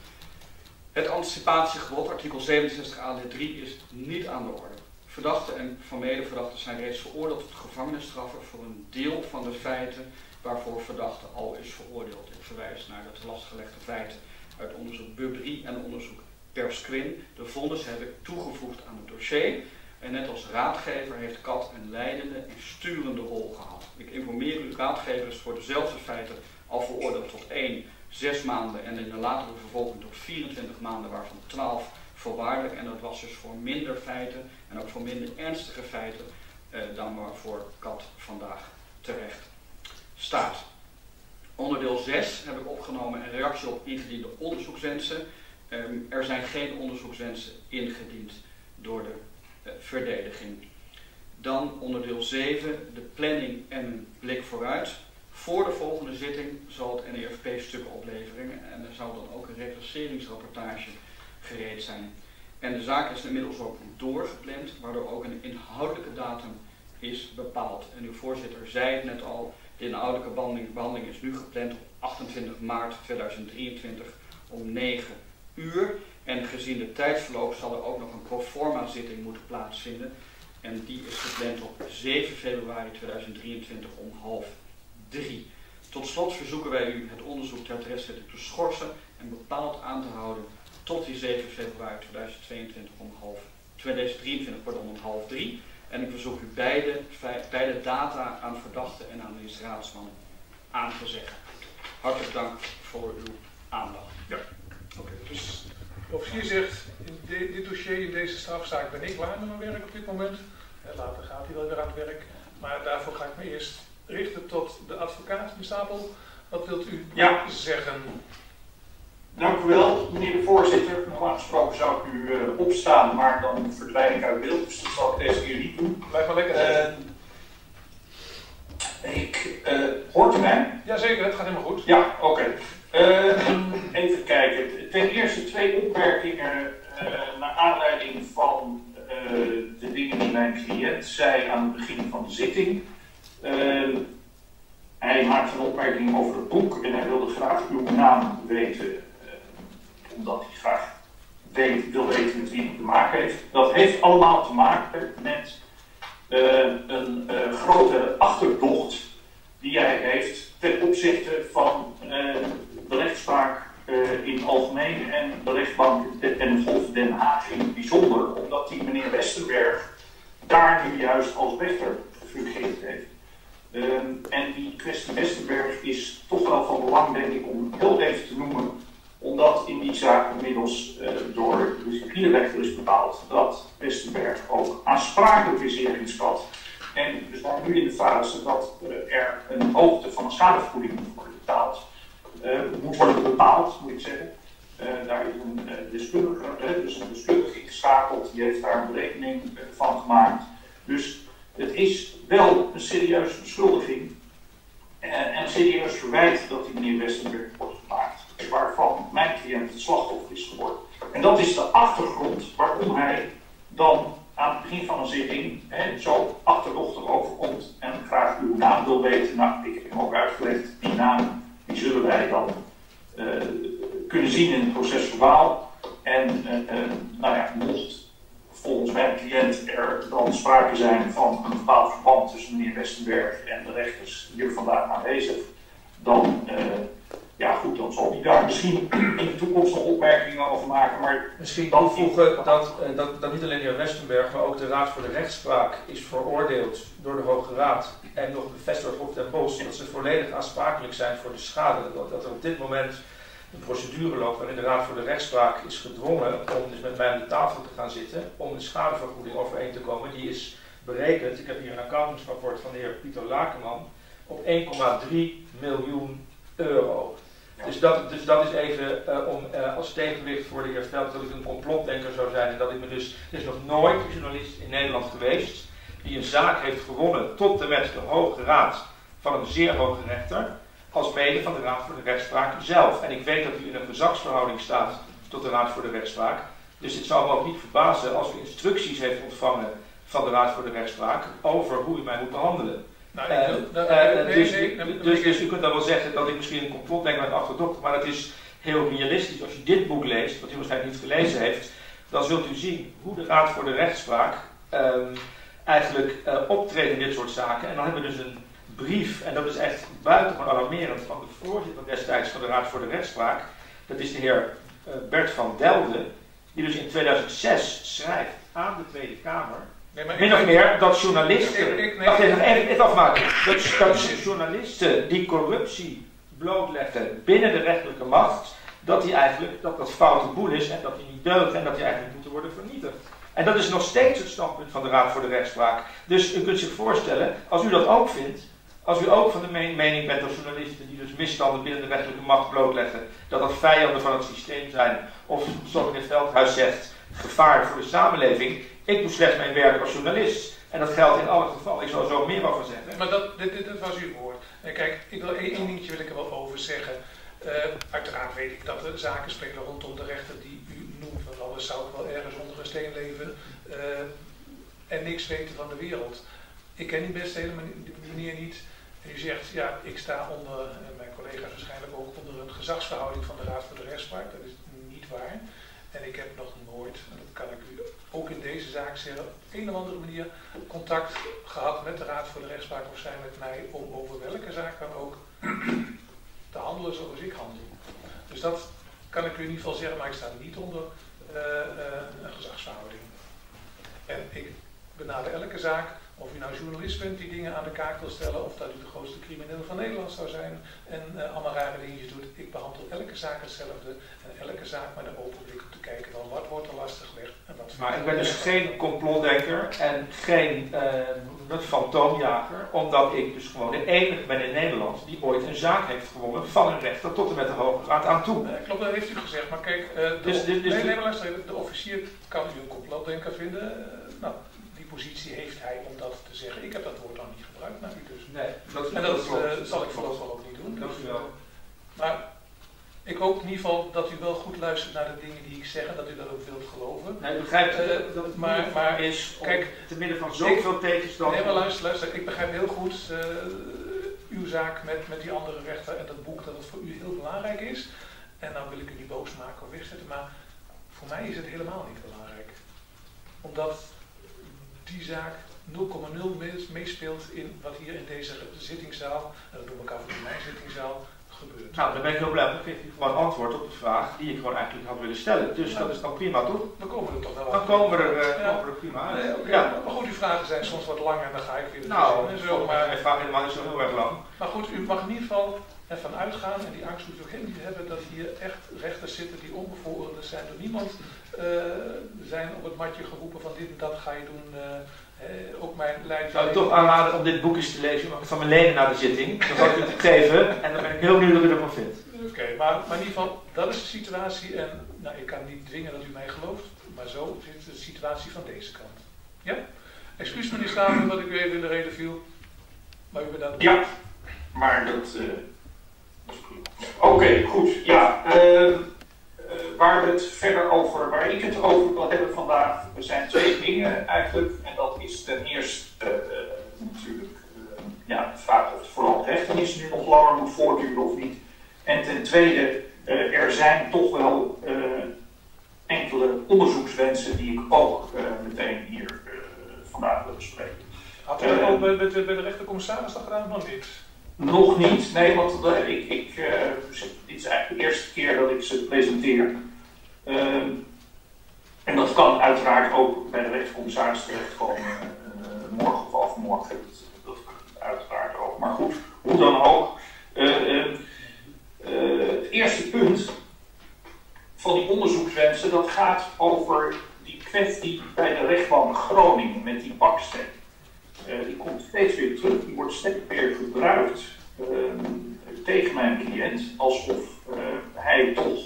Het anticipatiegebod, artikel 67a lid 3, is niet aan de orde. Verdachten en van medeverdachten zijn reeds veroordeeld tot gevangenisstraffen voor een deel van de feiten waarvoor verdachte al is veroordeeld. Ik verwijs naar de te lastgelegde feiten uit onderzoek BUB 3 en onderzoek Persquin. De vonnis heb ik toegevoegd aan het dossier en net als raadgever heeft Kat een leidende en sturende rol gehad. Ik informeer u, raadgever is voor dezelfde feiten al veroordeeld tot 1, 6 maanden en in de latere vervolging tot 24 maanden, waarvan 12 voorwaardelijk. En dat was dus voor minder feiten en ook voor minder ernstige feiten dan waarvoor Kat vandaag terecht staat. Onderdeel 6 heb ik opgenomen een reactie op ingediende onderzoekswensen. Er zijn geen onderzoekswensen ingediend door de verdediging. Dan onderdeel 7, de planning en een blik vooruit. Voor de volgende zitting zal het NEFP stukken opleveren en er zal dan ook een reclasseringsrapportage gereed zijn. En de zaak is inmiddels ook doorgepland, waardoor ook een inhoudelijke datum is bepaald. En uw voorzitter zei het net al, de inhoudelijke behandeling is nu gepland op 28 maart 2023 om 9 uur. En gezien de tijdsverloop zal er ook nog een proforma zitting moeten plaatsvinden. En die is gepland op 7 februari 2023 om 2:30. Tot slot verzoeken wij u het onderzoek ter terechtzetting te schorsen en bepaald aan te houden tot die 7 februari 2022 om 2:23 om 2:30. En ik verzoek u beide data aan verdachte en aan de ministerraadsman aan te zeggen. Hartelijk dank voor uw aandacht. Ja, oké. Dus de officier zegt, in dit dossier, in deze strafzaak ben ik klaar met mijn werk op dit moment. Later gaat hij wel weer aan het werk. Maar daarvoor ga ik me eerst richten tot de advocaat, meneer Stapel. Wat wilt u zeggen? Dank u wel, meneer de voorzitter. Normaal gesproken zou ik u opstaan, maar dan verdwijn ik uit beeld. Dus dat zal ik deze keer niet doen. Blijf maar lekker. Hoort u mij? Jazeker, het gaat helemaal goed. Ja, oké. Even kijken. Ten eerste 2 opmerkingen naar aanleiding van de dingen die mijn cliënt zei aan het begin van de zitting. Hij maakte een opmerking over het boek en hij wilde graag uw naam weten, omdat hij graag wil weten met wie hij te maken heeft. Dat heeft allemaal te maken met een grote achterdocht die hij heeft ten opzichte van de rechtspraak in het algemeen en de rechtbank en het Hof Den Haag in het bijzonder, omdat die meneer Westerberg daar nu juist als rechter gefungeerd heeft. En die kwestie Westerberg is toch wel van belang, denk ik, om heel even te noemen, omdat in die zaak inmiddels door de disciplinerechter is bepaald dat Westerberg ook aansprakelijk is in Rietskat. En we zijn nu in de fase dat er een hoogte van een schadevergoeding moet worden betaald. Moet worden bepaald, moet ik zeggen. Daar is een deskundige ingeschakeld, die heeft daar een berekening van gemaakt. Dus het is wel een serieuze beschuldiging en een serieus verwijt dat die meneer Westerberg wordt gemaakt, waarvan mijn cliënt het slachtoffer is geworden. En dat is de achtergrond waarom hij dan aan het begin van een zitting zo achterdochtig overkomt en graag uw naam wil weten. Nou, ik heb hem ook uitgelegd, die naam die zullen wij dan kunnen zien in het procesverbaal. En nou ja, mocht volgens mijn cliënt er dan sprake zijn van een bepaald verband tussen meneer Westerberg en de rechters hier vandaag aanwezig, dan, ja goed, dan zal hij daar misschien in de toekomst nog opmerkingen over maken. Maar misschien toevoegen dat niet alleen de heer Westerberg, maar ook de Raad voor de Rechtspraak is veroordeeld door de Hoge Raad en nog bevestigd door het Hof Den Bosch dat ze volledig aansprakelijk zijn voor de schade. Dat er op dit moment een procedure loopt waarin de Raad voor de Rechtspraak is gedwongen om dus met mij aan de tafel te gaan zitten om een schadevergoeding overeen te komen. Die is berekend, ik heb hier een accountantsrapport van de heer Pieter Lakenman, op 1,3 miljoen euro. Ja. Dus dat is even om als tegenwicht voor de heer Veld dat ik een complotdenker zou zijn en dat ik me dus, er is nog nooit een journalist in Nederland geweest die een zaak heeft gewonnen tot en met de Hoge Raad van een zeer hoge rechter, als mede van de Raad voor de Rechtspraak zelf. En ik weet dat u in een gezagsverhouding staat tot de Raad voor de Rechtspraak. Dus het zou me ook niet verbazen als u instructies heeft ontvangen van de Raad voor de Rechtspraak over hoe u mij moet behandelen. Dus u kunt dan wel zeggen dat ik misschien een complot denk met een achterdocht, maar het is heel realistisch. Als u dit boek leest, wat u waarschijnlijk niet gelezen heeft, dan zult u zien hoe de Raad voor de Rechtspraak eigenlijk optreedt in dit soort zaken. En dan hebben we dus een brief, en dat is echt buitengewoon alarmerend, van de voorzitter destijds van de Raad voor de Rechtspraak. Dat is de heer Bert van Delden, die dus in 2006 schrijft aan de Tweede Kamer. Min of meer dat journalisten. Even afmaken. Dat journalisten die corruptie blootleggen binnen de rechterlijke macht, dat die eigenlijk dat foute boel is en dat die niet deugen en dat die eigenlijk moeten worden vernietigd. En dat is nog steeds het standpunt van de Raad voor de Rechtspraak. Dus u kunt zich voorstellen, als u dat ook vindt, als u ook van de mening bent dat journalisten die dus misstanden binnen de rechterlijke macht blootleggen, dat dat vijanden van het systeem zijn, of zoals meneer Veldhuis zegt, gevaar voor de samenleving. Ik doe slechts mijn werk als journalist. En dat geldt in alle gevallen. Ik zal er zo meer over zeggen. Maar dit was uw woord. Kijk, één dingetje wil ik er wel over zeggen. Uiteraard weet ik dat er zaken spelen rondom de rechter die u noemt. Want anders zou ik wel ergens onder een steen leven en niks weten van de wereld. Ik ken die beste hele meneer niet. En u zegt, ja, ik sta onder, mijn collega's waarschijnlijk ook, onder een gezagsverhouding van de Raad voor de Rechtspraak. Dat is niet waar. En ik heb nog nooit, en dat kan ik u ook in deze zaak zeggen, op een of andere manier contact gehad met de Raad voor de Rechtspraak of zij met mij om over welke zaak dan ook te handelen zoals ik handel. Dus dat kan ik u in ieder geval zeggen, maar ik sta niet onder een gezagsverhouding. En ik benader elke zaak, of u nou journalist bent die dingen aan de kaak wil stellen, of dat u de grootste crimineel van Nederland zou zijn en allemaal rare dingetjes doet. Ik behandel elke zaak hetzelfde en elke zaak met een open blik om te kijken van wat wordt er lastig gelegd en wat. Maar ik ben dus geen complotdenker en geen fantoomjager, omdat ik dus gewoon de enige ben in Nederland die ooit een zaak heeft gewonnen van een rechter tot en met de Hoge Raad aan toe. Klopt, dat heeft u gezegd, maar kijk, de officier kan u een complotdenker vinden. Nou, die positie heeft hij om dat te zeggen. Ik heb dat woord dan niet gebruikt naar u dus. Nee, dat zal ik voorlopig ook niet doen. Dat is wel. Maar ik hoop in ieder geval dat u wel goed luistert naar de dingen die ik zeg en dat u dat ook wilt geloven. Nee, ik begrijp dat het maar is kijk, te midden van zoveel tegenstand. Nee, maar luister, ik begrijp heel goed uw zaak met die andere rechter en dat boek, dat het voor u heel belangrijk is. En nou wil ik u niet boos maken of wegzetten, maar voor mij is het helemaal niet belangrijk. Omdat die zaak 0,0 meespeelt in wat hier in deze zittingszaal, en dat noem ik af en toe mijn zittingszaal, gebeurt. Nou, dan ben ik heel blij, dan kreeg je gewoon antwoord op de vraag die ik gewoon eigenlijk had willen stellen. Dus dat is dan prima, toch? Dan komen we er toch wel Dan komen we er prima uit. Nee, okay. Ja. Maar goed, die vragen zijn soms wat langer en dan ga ik weer Nou, zo. Maar mijn vraag helemaal niet zo heel erg lang. Maar goed, u mag in ieder geval ervan uitgaan, en die angst moet u ook helemaal niet hebben, dat hier echt rechters zitten die onbevooroordeeld zijn door niemand. Zijn op het matje geroepen van dit en dat ga je doen. Ook mijn leiding. Ik zou toch aanraden om dit boek eens te lezen, maar van mijn leden naar de zitting. Dan zal ik het geven en dan ben ik heel benieuwd wat u ervan vindt. Oké, maar in ieder geval, dat is de situatie en nou, ik kan niet dwingen dat u mij gelooft, maar zo zit de situatie van deze kant. Ja? Excuus meneer Staven dat ik u even in de reden viel, maar u bent dan... Ja, maar dat is goed. Oké, goed. Ja, waar we het verder over, waar ik het over wil hebben vandaag, er zijn twee dingen eigenlijk. En dat is ten eerste natuurlijk de vraag of vooral de hechtenis nu nog langer moet voortduren of niet. En ten tweede, er zijn toch wel enkele onderzoekswensen die ik ook meteen hier vandaag wil bespreken. Had u dat al bij de rechtercommissaris dat gedaan of nog niet? Nog niet, nee, want dit is eigenlijk de eerste keer dat ik ze presenteer. En dat kan uiteraard ook bij de rechtercommissaris terechtkomen, morgen of overmorgen, dat kan uiteraard ook. Maar goed, hoe dan ook. Het eerste punt van die onderzoekswensen, dat gaat over die kwestie bij de rechtbank Groningen met die baksteen. Die komt steeds weer terug, die wordt steeds weer gebruikt tegen mijn cliënt, alsof hij toch,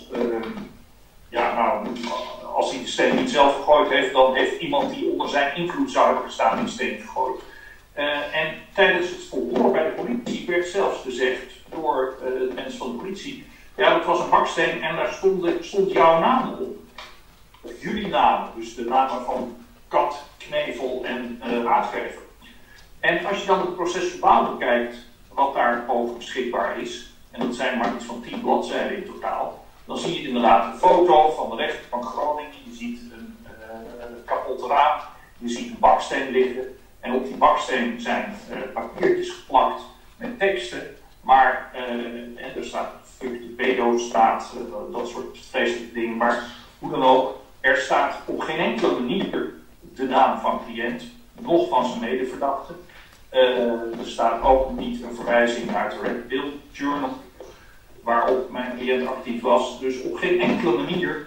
als hij de steen niet zelf gegooid heeft, dan heeft iemand die onder zijn invloed zou hebben gestaan die steen gegooid. En tijdens het verhoor bij de politie werd zelfs gezegd door de mensen van de politie, ja, dat was een baksteen en daar stond jouw naam op. Jullie namen, dus de namen van Kat, Knevel en Raadgever. En als je dan het procesverbaal bekijkt, wat daarover beschikbaar is, en dat zijn maar iets van 10 bladzijden in totaal, dan zie je inderdaad een foto van de rechter van Groningen, je ziet een kapot raam, je ziet een baksteen liggen, en op die baksteen zijn papiertjes geplakt met teksten, maar er staat fuck de pedo staat, dat soort vreselijke dingen, maar hoe dan ook, er staat op geen enkele manier de naam van cliënt, nog van zijn medeverdachte. Er staat ook niet een verwijzing uit de Red Pill Journal waarop mijn cliënt actief was. Dus op geen enkele manier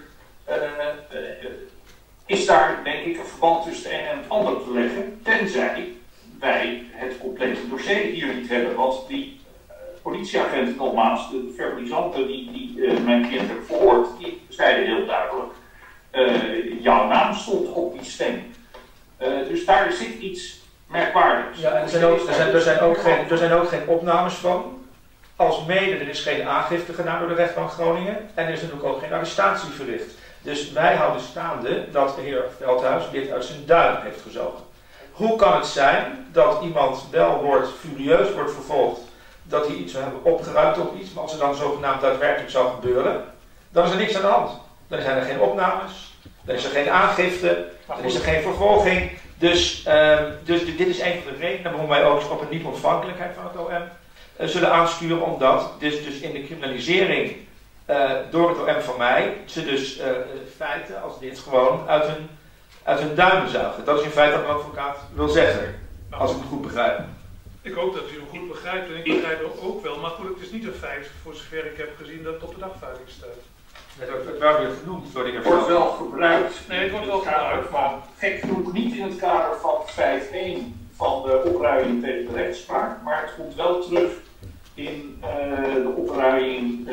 is daar, denk ik, een verband tussen het een en het ander te leggen, tenzij wij het complete dossier hier niet hebben. Want die politieagenten, nogmaals, de verbalisanten die mijn cliënt hebben verhoord, die zeiden heel duidelijk, jouw naam stond op die steen. Dus daar zit iets merkwaardigs. Ja, en er zijn ook geen opnames van. Als mede, er is geen aangifte gedaan door de rechtbank Groningen en er is natuurlijk ook geen arrestatie verricht. Dus wij houden staande dat de heer Veldhuis dit uit zijn duim heeft gezogen. Hoe kan het zijn dat iemand wel furieus wordt vervolgd, dat hij iets zou hebben opgeruimd op iets, maar als er dan zogenaamd daadwerkelijk zou gebeuren, dan is er niks aan de hand. Dan zijn er geen opnames, dan is er geen aangifte, dan is er geen vervolging. Dus dit is een van de redenen waarom wij ook op een niet-ontvankelijkheid van het OM zullen aansturen, omdat dus in de criminalisering door het OM van mij ze dus feiten als dit gewoon uit hun duimen zuigen. Dat is in feite wat een advocaat wil zeggen, als ik het goed begrijp. Ik hoop dat u hem goed begrijpt en ik begrijp het ook wel, maar goed, het is niet een feit voor zover ik heb gezien dat het op de dagvaarding staat. Het werd weer genoemd door de heer. Het wordt wel gebruikt. Nee, het wordt wel gebruikt, maar gek genoeg niet in het kader van 5.1 van de opruiing tegen de rechtspraak, maar het komt wel terug in de opruiing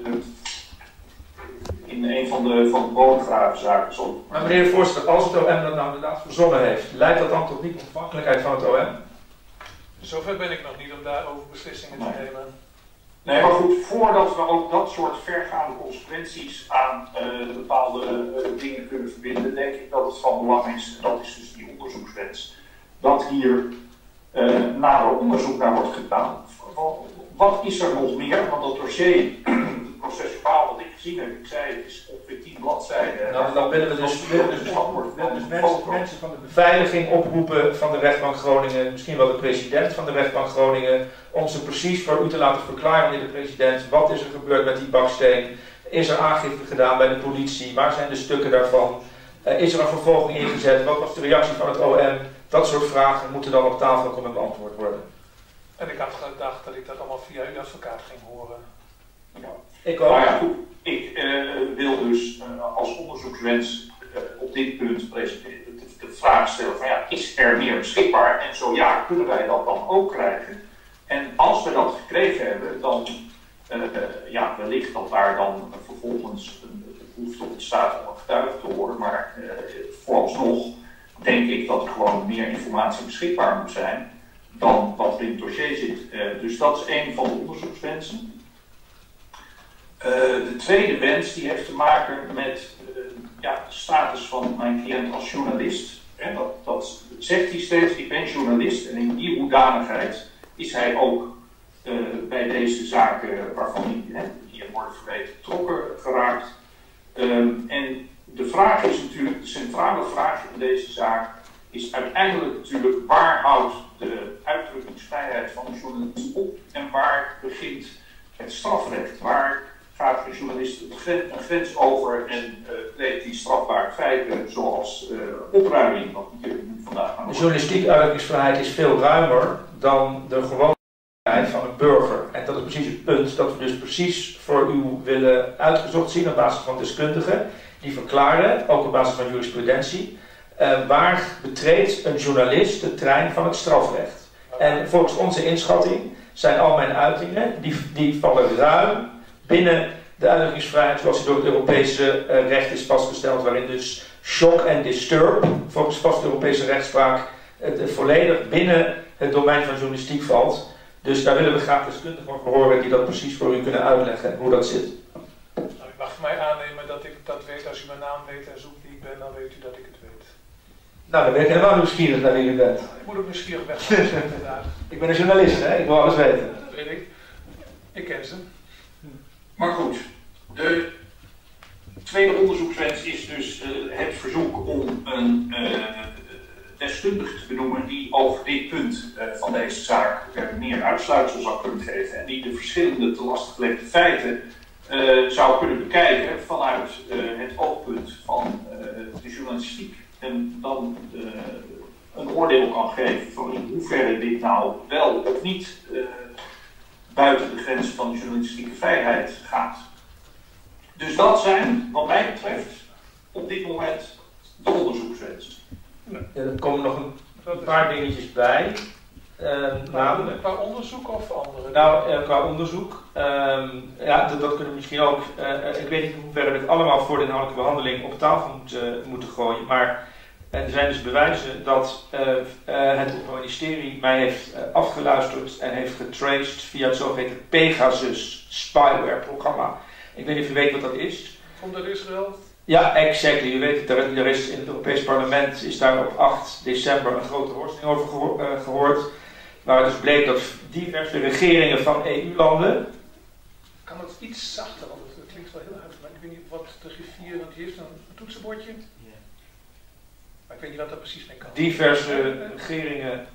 in een van de boomgravenzaken. Maar meneer de voorzitter, als het OM dat nou inderdaad verzonnen heeft, leidt dat dan tot niet-ontvankelijkheid van het OM? Zover ben ik nog niet om daarover beslissingen te nemen. Nee, maar goed, voordat we ook dat soort vergaande consequenties aan bepaalde dingen kunnen verbinden, denk ik dat het van belang is, en dat is dus die onderzoekswens, dat hier nader onderzoek naar wordt gedaan. Wat is er nog meer? Want dat dossier, het procesverbaal wat ik gezien heb. Ik zei, het is ongeveer 10 bladzijden. Nou, dan willen we dus mensen van de beveiliging oproepen van de rechtbank Groningen, misschien wel de president van de rechtbank Groningen, om ze precies voor u te laten verklaren, meneer de president, wat is er gebeurd met die baksteen? Is er aangifte gedaan bij de politie? Waar zijn de stukken daarvan? Is er een vervolging ingezet? Wat was de reactie van het OM? Dat soort vragen moeten dan op tafel komen beantwoord worden. En ik had gedacht dat ik dat allemaal via uw advocaat ging horen. Ja. Ik ook. Nou ja, goed. Ik wil dus als onderzoekswens op dit punt de vraag stellen van ja, is er meer beschikbaar? En zo ja, kunnen wij dat dan ook krijgen? En als we dat gekregen hebben, dan ja, wellicht dat daar dan vervolgens een behoefte op staat om een getuige te horen. Maar vooralsnog denk ik dat er gewoon meer informatie beschikbaar moet zijn dan wat er in het dossier zit. Dus dat is een van de onderzoekswensen. De tweede wens die heeft te maken met ja, de status van mijn cliënt als journalist. Dat zegt hij steeds, ik ben journalist en in die hoedanigheid is hij ook bij deze zaken waarvan hier worden verweten betrokken geraakt. En de vraag is natuurlijk, de centrale vraag in deze zaak is uiteindelijk natuurlijk waar houdt de uitdrukkingsvrijheid van de journalist op en waar begint het strafrecht? Waar gaat de journalist een grens over en pleegt die strafbare feiten zoals opruiming, wat natuurlijk vandaag aan de journalistieke uitdrukkingsvrijheid is veel ruimer dan de gewone vrijheid van een burger. En dat is precies het punt dat we dus precies voor u willen uitgezocht zien op basis van deskundigen die verklaren, ook op basis van jurisprudentie, waar betreedt een journalist de trein van het strafrecht. En volgens onze inschatting zijn al mijn uitingen, die vallen ruim binnen de uitdrukkingsvrijheid zoals die door het Europese recht is vastgesteld, waarin dus shock en disturb, volgens vast Europese rechtspraak, volledig binnen het domein van journalistiek valt. Dus daar willen we graag deskundigen over horen die dat precies voor u kunnen uitleggen, hoe dat zit. Nou, u mag mij aannemen dat ik dat weet. Als u mijn naam weet en zoekt wie ik ben, dan weet u dat ik het weet. Nou, dan ben ik helemaal nieuwsgierig naar wie u bent. Ik moet ook nieuwsgierig weg zijn vandaag. Ik ben een journalist, hè? Ik wil alles weten. Dat weet ik. Ik ken ze. Maar goed, de tweede onderzoekswens is dus het verzoek om een deskundige te benoemen die over dit punt van deze zaak meer uitsluitsel zou kunnen geven en die de verschillende te lastig gelegde feiten zou kunnen bekijken vanuit het oogpunt van de journalistiek en dan een oordeel kan geven van in hoeverre dit nou wel of niet buiten de grenzen van de journalistieke vrijheid gaat. Dus dat zijn, wat mij betreft, op dit moment de onderzoekswensen. Ja, er komen nog een paar dingetjes bij. Namelijk qua onderzoek of andere? Nou, qua onderzoek. Ja, dat kunnen we misschien ook. Ik weet niet in hoeverre we het allemaal voor de inhoudelijke behandeling op tafel moeten gooien. Maar er zijn dus bewijzen dat het Openbaar Ministerie mij heeft afgeluisterd en heeft getraced via het zogeheten Pegasus spyware programma. Ik weet niet of u weet wat dat is. Komt uit Israël? Ja, exactly. U weet het, er is in het Europees Parlement is daar op 8 december een grote hoorspel over gehoord. Waar dus bleek dat diverse regeringen van EU-landen. Kan het iets zachter, want het klinkt wel heel hard, maar ik weet niet wat de griffier, want die heeft een toetsenbordje. Ja. Maar ik weet niet wat dat precies mee kan. Diverse regeringen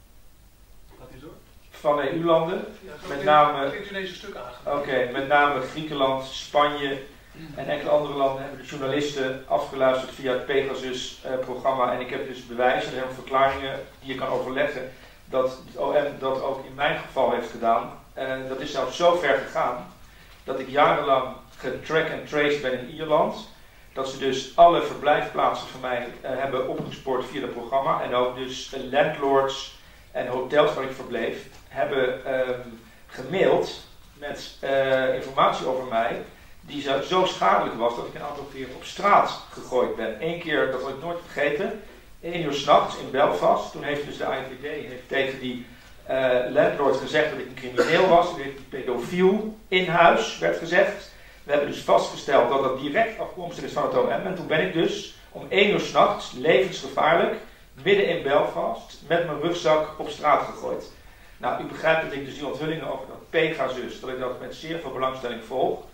van EU-landen. Ja, met name. Klinkt u deze stuk aangegeven? Oké, met name Griekenland, Spanje en enkele andere landen hebben de journalisten afgeluisterd via het Pegasus-programma. En ik heb dus bewijzen en verklaringen die je kan overleggen dat het OM dat ook in mijn geval heeft gedaan. Dat is zelfs zo ver gegaan dat ik jarenlang getrack en traced ben in Ierland. Dat ze dus alle verblijfplaatsen van mij hebben opgespoord via het programma. En ook dus landlords en hotels waar ik verbleef hebben gemaild met informatie over mij die zo schadelijk was dat ik een aantal keer op straat gegooid ben. Eén keer, dat had ik nooit vergeten, 1 uur 's nachts in Belfast. Toen heeft dus de AIVD tegen die landlord gezegd dat ik een crimineel was, dat ik een pedofiel in huis werd gezegd. We hebben dus vastgesteld dat dat direct afkomstig is van het OM. En toen ben ik dus om 1 uur 's nachts, levensgevaarlijk, midden in Belfast, met mijn rugzak op straat gegooid. Nou, u begrijpt dat ik dus die onthullingen over dat Pegasus, dat ik dat met zeer veel belangstelling volg.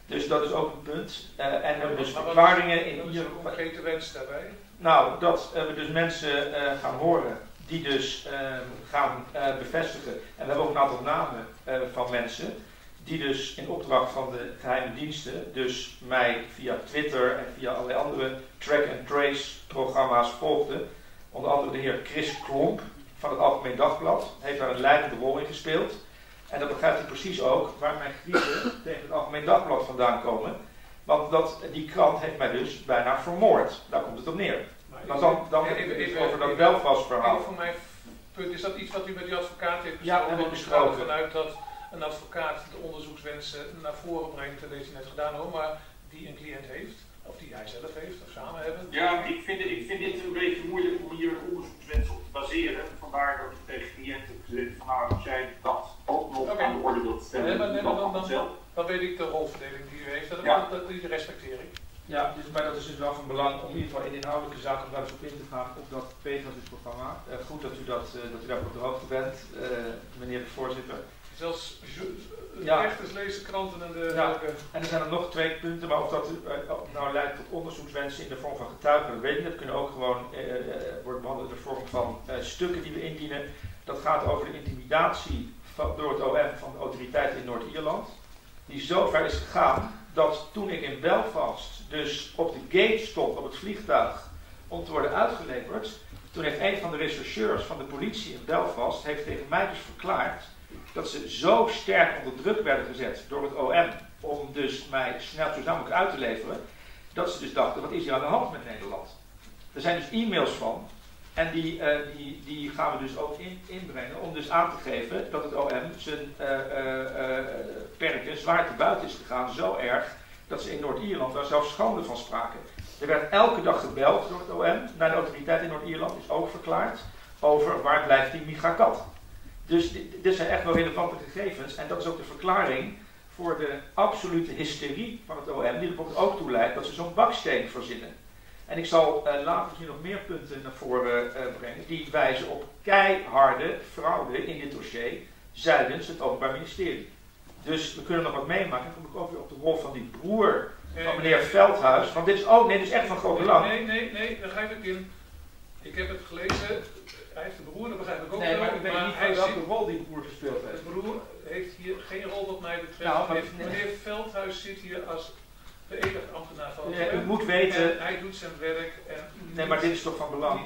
Dus dat is ook een punt. En we hebben dus verklaringen in ieder geval. Concrete wens daarbij? Nou, dat we dus mensen gaan horen die dus gaan bevestigen. En we hebben ook een aantal namen van mensen die dus in opdracht van de geheime diensten, dus mij via Twitter en via allerlei andere track-and-trace programma's volgden. Onder andere de heer Chris Klomp van het Algemeen Dagblad heeft daar een leidende rol in gespeeld. En dat begrijpt hij precies ook waar mijn grieven tegen het Algemeen Dagblad vandaan komen. Want die krant heeft mij dus bijna vermoord. Daar komt het op neer. Maar dan even over dat Belfast verhaal. Voor mijn punt, is dat iets wat u met die advocaat heeft besproken? Ja, heb ik besproken. Ik ga ervan uit dat een advocaat de onderzoekswensen naar voren brengt, dat heeft hij net gedaan hoor, maar die een cliënt heeft, of die hij zelf heeft, of samen hebben. Ja, ik vind dit een beetje moeilijk om hier een onderzoekswens op te baseren. Vandaar dat ik tegen cliënten heb gezegd van nou, als jij dat ook nog aan de orde wilt stellen, dan weet ik de rolverdeling die u heeft, die respecteer ik. Ja, maar dat is dus wel van belang om in ieder geval in de inhoudelijke zaak om daar eens op in te gaan op dat Pegasus-programma. Goed dat u daarvoor op de hoogte bent, meneer de voorzitter. Zelfs ja. rechters lezen kranten en de... Ja. En er zijn er nog 2 punten, maar of dat nou leidt tot onderzoekswensen in de vorm van getuigen, dat weet ik niet. Dat kunnen ook gewoon worden behandeld in de vorm van stukken die we indienen. Dat gaat over de intimidatie door het OM van de autoriteiten in Noord-Ierland. Die zo ver is gegaan dat toen ik in Belfast dus op de gate stond op het vliegtuig om te worden uitgeleverd, toen heeft een van de rechercheurs van de politie in Belfast heeft tegen mij dus verklaard dat ze zo sterk onder druk werden gezet door het OM om dus mij snel zo snel mogelijk uit te leveren, dat ze dus dachten, wat is hier aan de hand met Nederland? Er zijn dus e-mails van en die gaan we dus ook inbrengen om dus aan te geven dat het OM zijn perken zwaar te buiten is gegaan, zo erg dat ze in Noord-Ierland daar zelfs schande van spraken. Er werd elke dag gebeld door het OM naar de autoriteit in Noord-Ierland, is ook verklaard, over waar blijft die Migakat. Dus dit zijn echt wel relevante gegevens en dat is ook de verklaring voor de absolute hysterie van het OM, die er bijvoorbeeld ook toe leidt dat ze zo'n baksteen verzinnen. En ik zal later misschien nog meer punten naar voren brengen die wijzen op keiharde fraude in dit dossier zijdens het Openbaar Ministerie. Dus we kunnen nog wat meemaken. Dan kom ik ook weer op de rol van die broer van meneer Veldhuis. Want dit is ook, dit is echt van groot belang. Nee, daar grijp ik in. Ik heb het gelezen. Hij heeft de broer, dat begrijp ik ook nee, wel. Maar ik weet niet van welke rol die broer gespeeld heeft. De broer heeft hier geen rol wat mij betreft. Nou, meneer Veldhuis zit hier als beëdigd ambtenaar van het u moet weten. En hij doet zijn werk. Nee, maar dit is toch van belang.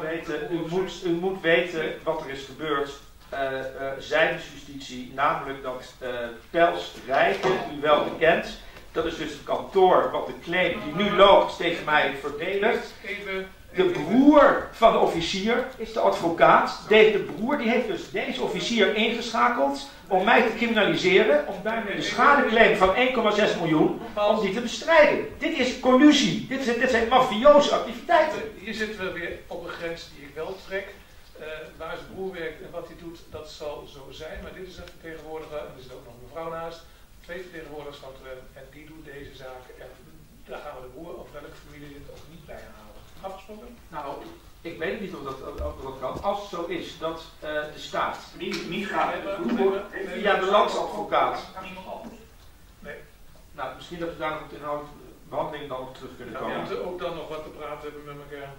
U moet weten wat er is gebeurd zijdens justitie. Namelijk dat Pels Rijken, u wel bekend. Dat is dus het kantoor wat de claim die nu loopt tegen mij verdedigt. De broer van de officier is de advocaat. De broer die heeft dus deze officier ingeschakeld om mij te criminaliseren. Om daarmee de schadeclaim van 1,6 miljoen om die te bestrijden. Dit is collusie. Dit zijn mafioze activiteiten. Hier zitten we weer op een grens die ik wel trek. Waar zijn broer werkt en wat hij doet, dat zal zo zijn. Maar dit is een vertegenwoordiger, en er zit ook nog een mevrouw naast. 2 vertegenwoordigers van het en die doen deze zaken. En daar gaan we de broer of welke familie dit ook niet bij halen. Afgesproken? Nou, ik weet niet of dat kan. Als het zo is dat de staat niet gaat via de landsadvocaat. Kan iemand anders? Nee. Nou, misschien dat we daar nog op de inhoudelijke behandeling dan op terug kunnen komen. We moeten ook dan nog wat te praten hebben met elkaar.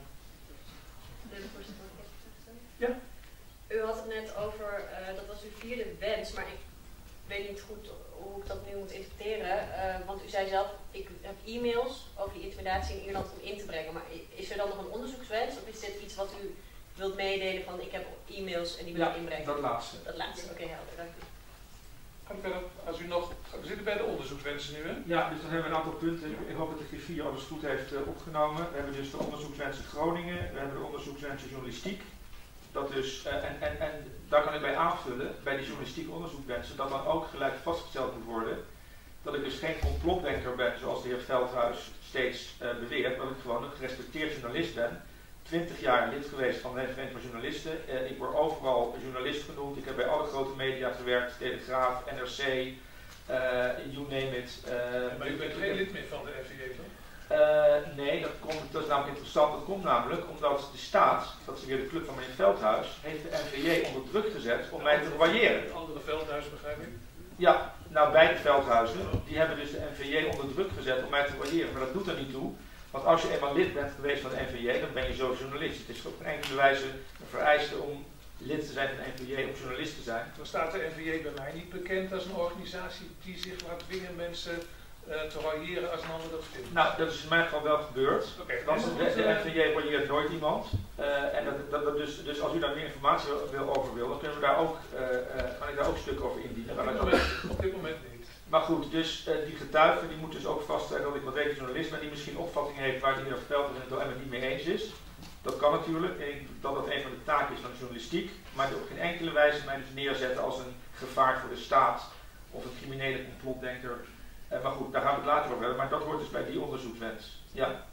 Ja. U had het net over, dat was uw 4e wens, maar ik weet niet goed hoe ik dat nu moet interpreteren. Want u zei zelf, ik heb e-mails over die intimidatie in Ierland om in te brengen. Maar is er dan nog een onderzoekswens? Of is dit iets wat u wilt meedelen van, ik heb e-mails en die wil ik inbrengen? Dat laatste. Dat laatste, oké, helder, dank u. Als u nog, we zitten bij de onderzoekswensen nu, hè? Ja, dus dan hebben we een aantal punten. Ik hoop dat de griffier alles goed heeft opgenomen. We hebben dus de onderzoekswensen Groningen, we hebben de onderzoekswensen journalistiek. Dat dus, en daar kan ik bij aanvullen, bij die journalistieke onderzoekswensen, dat dan ook gelijk vastgesteld moet worden dat ik dus geen complotdenker ben, zoals de heer Veldhuis steeds beweert, dat ik gewoon een gerespecteerd journalist ben. 20 jaar lid geweest van de Vereniging van Journalisten. Ik word overal journalist genoemd. Ik heb bij alle grote media gewerkt, Telegraaf, NRC, you name it. Maar u bent geen lid meer van de FVJ, toch? Nee, dat is namelijk interessant. Dat komt namelijk omdat de staat, dat is weer de club van meneer Veldhuis, heeft de NVJ onder druk gezet om mij te royeren. Andere Veldhuis, begrijp ik? Ja, nou beide veldhuizen, die hebben dus de NVJ onder druk gezet om mij te waarderen, maar dat doet er niet toe. Want als je eenmaal lid bent geweest van de NVJ, dan ben je zo journalist. Het is op een enkele wijze een vereiste om lid te zijn van de NVJ, om journalist te zijn. Dan staat de NVJ bij mij niet bekend als een organisatie die zich laat dwingen mensen te railleren als een ander dat vindt. Nou, dat is in mijn geval wel gebeurd. Want de NVJ railleert nooit iemand. En dus als u daar meer informatie over wil, dan kunnen we daar ook, kan ik daar ook een stuk over indienen. Op dit moment niet. Maar goed, dus die getuige die moet dus ook vaststellen dat ik wel degelijk journalist ben die misschien opvattingen heeft waar die heer Verpelt en het OM het niet mee eens is. Dat kan natuurlijk. Ik denk dat dat een van de taken is van de journalistiek. Maar op geen enkele wijze mij dus neerzetten als een gevaar voor de staat of een criminele complotdenker. Maar goed, daar gaan we het later over hebben. Maar dat hoort dus bij die onderzoekswens. Ja.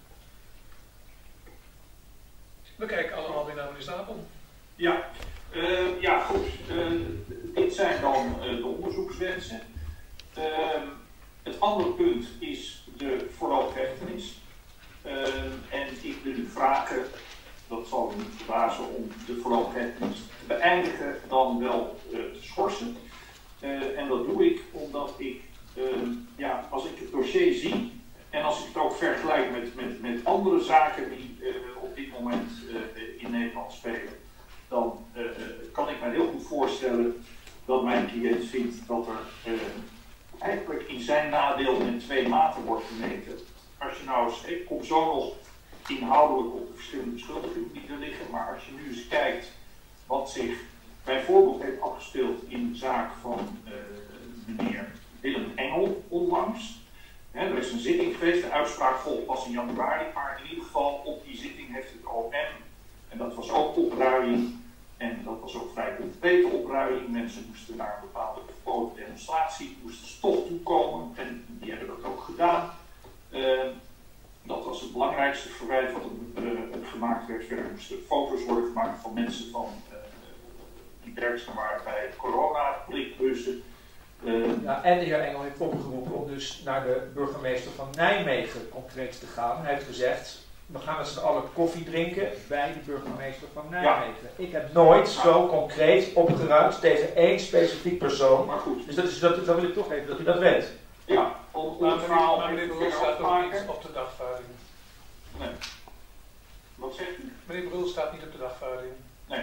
We kijken allemaal weer naar meneer Stapel. Ja, goed. Dit zijn dan de onderzoekswensen. Het andere punt is de voorlopige hechtenis. En ik wil u vragen, dat zal u niet verbazen, om de voorlopige hechtenis te beëindigen, dan wel te schorsen. En dat doe ik omdat ik, als ik het dossier zie en als ik het ook vergelijk met andere zaken die op dit moment in Nederland spelen, dan kan ik me heel goed voorstellen dat mijn cliënt vindt dat er eigenlijk in zijn nadeel met 2 maten wordt gemeten. Als je nou eens, ik kom zo nog inhoudelijk op de verschillende beschuldigingen liggen, maar als je nu eens kijkt wat zich bijvoorbeeld heeft afgespeeld in de zaak van meneer Willem Engel onlangs. Er is een zitting geweest, de uitspraak volgt pas in januari, maar in ieder geval op die zitting heeft het OM, en dat was ook opruiing, en dat was ook vrij complete opruiing. Mensen moesten naar een bepaalde verboden demonstratie, moesten ze toch toekomen en die hebben dat ook gedaan. Dat was het belangrijkste verwijt wat gemaakt werd. Verder moesten foto's worden gemaakt van mensen van die werkzaam waren bij corona-prikbussen. En de heer Engel heeft opgeroepen om dus naar de burgemeester van Nijmegen concreet te gaan. Hij heeft gezegd, we gaan met z'n allen koffie drinken bij de burgemeester van Nijmegen. Ja. Ik heb nooit zo concreet opgeruimd tegen één specifiek persoon. Maar goed. Dus dat wil ik toch even dat u dat weet. Ja, maar meneer Brul staat ook niet op de dagvaarding. Nee. Wat zegt u? Meneer Brul staat niet op de dagvaarding. Nee.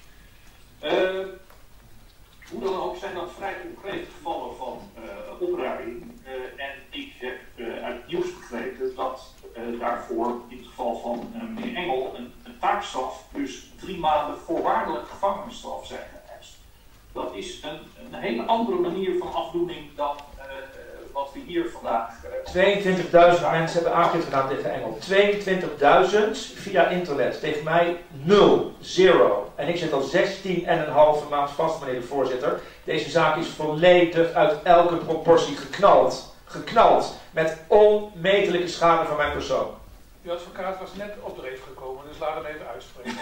Hoe dan ook zijn dat vrij concrete gevallen van opruiming. En ik heb uit het nieuws begrepen dat daarvoor in het geval van meneer Engel een taakstraf, dus 3 maanden voorwaardelijk gevangenisstraf zijn geëist. Dat is een hele andere manier van afdoening dan wat we hier vandaag... 22.000 mensen hebben aangifte gedaan tegen Engel. 22.000 via internet. Tegen mij 0, 0. En ik zit al 16,5 maand vast, meneer de voorzitter. Deze zaak is volledig uit elke proportie geknald. Geknald. Met onmetelijke schade van mijn persoon. Uw advocaat was net op dreef gekomen, dus laat hem even uitspreken.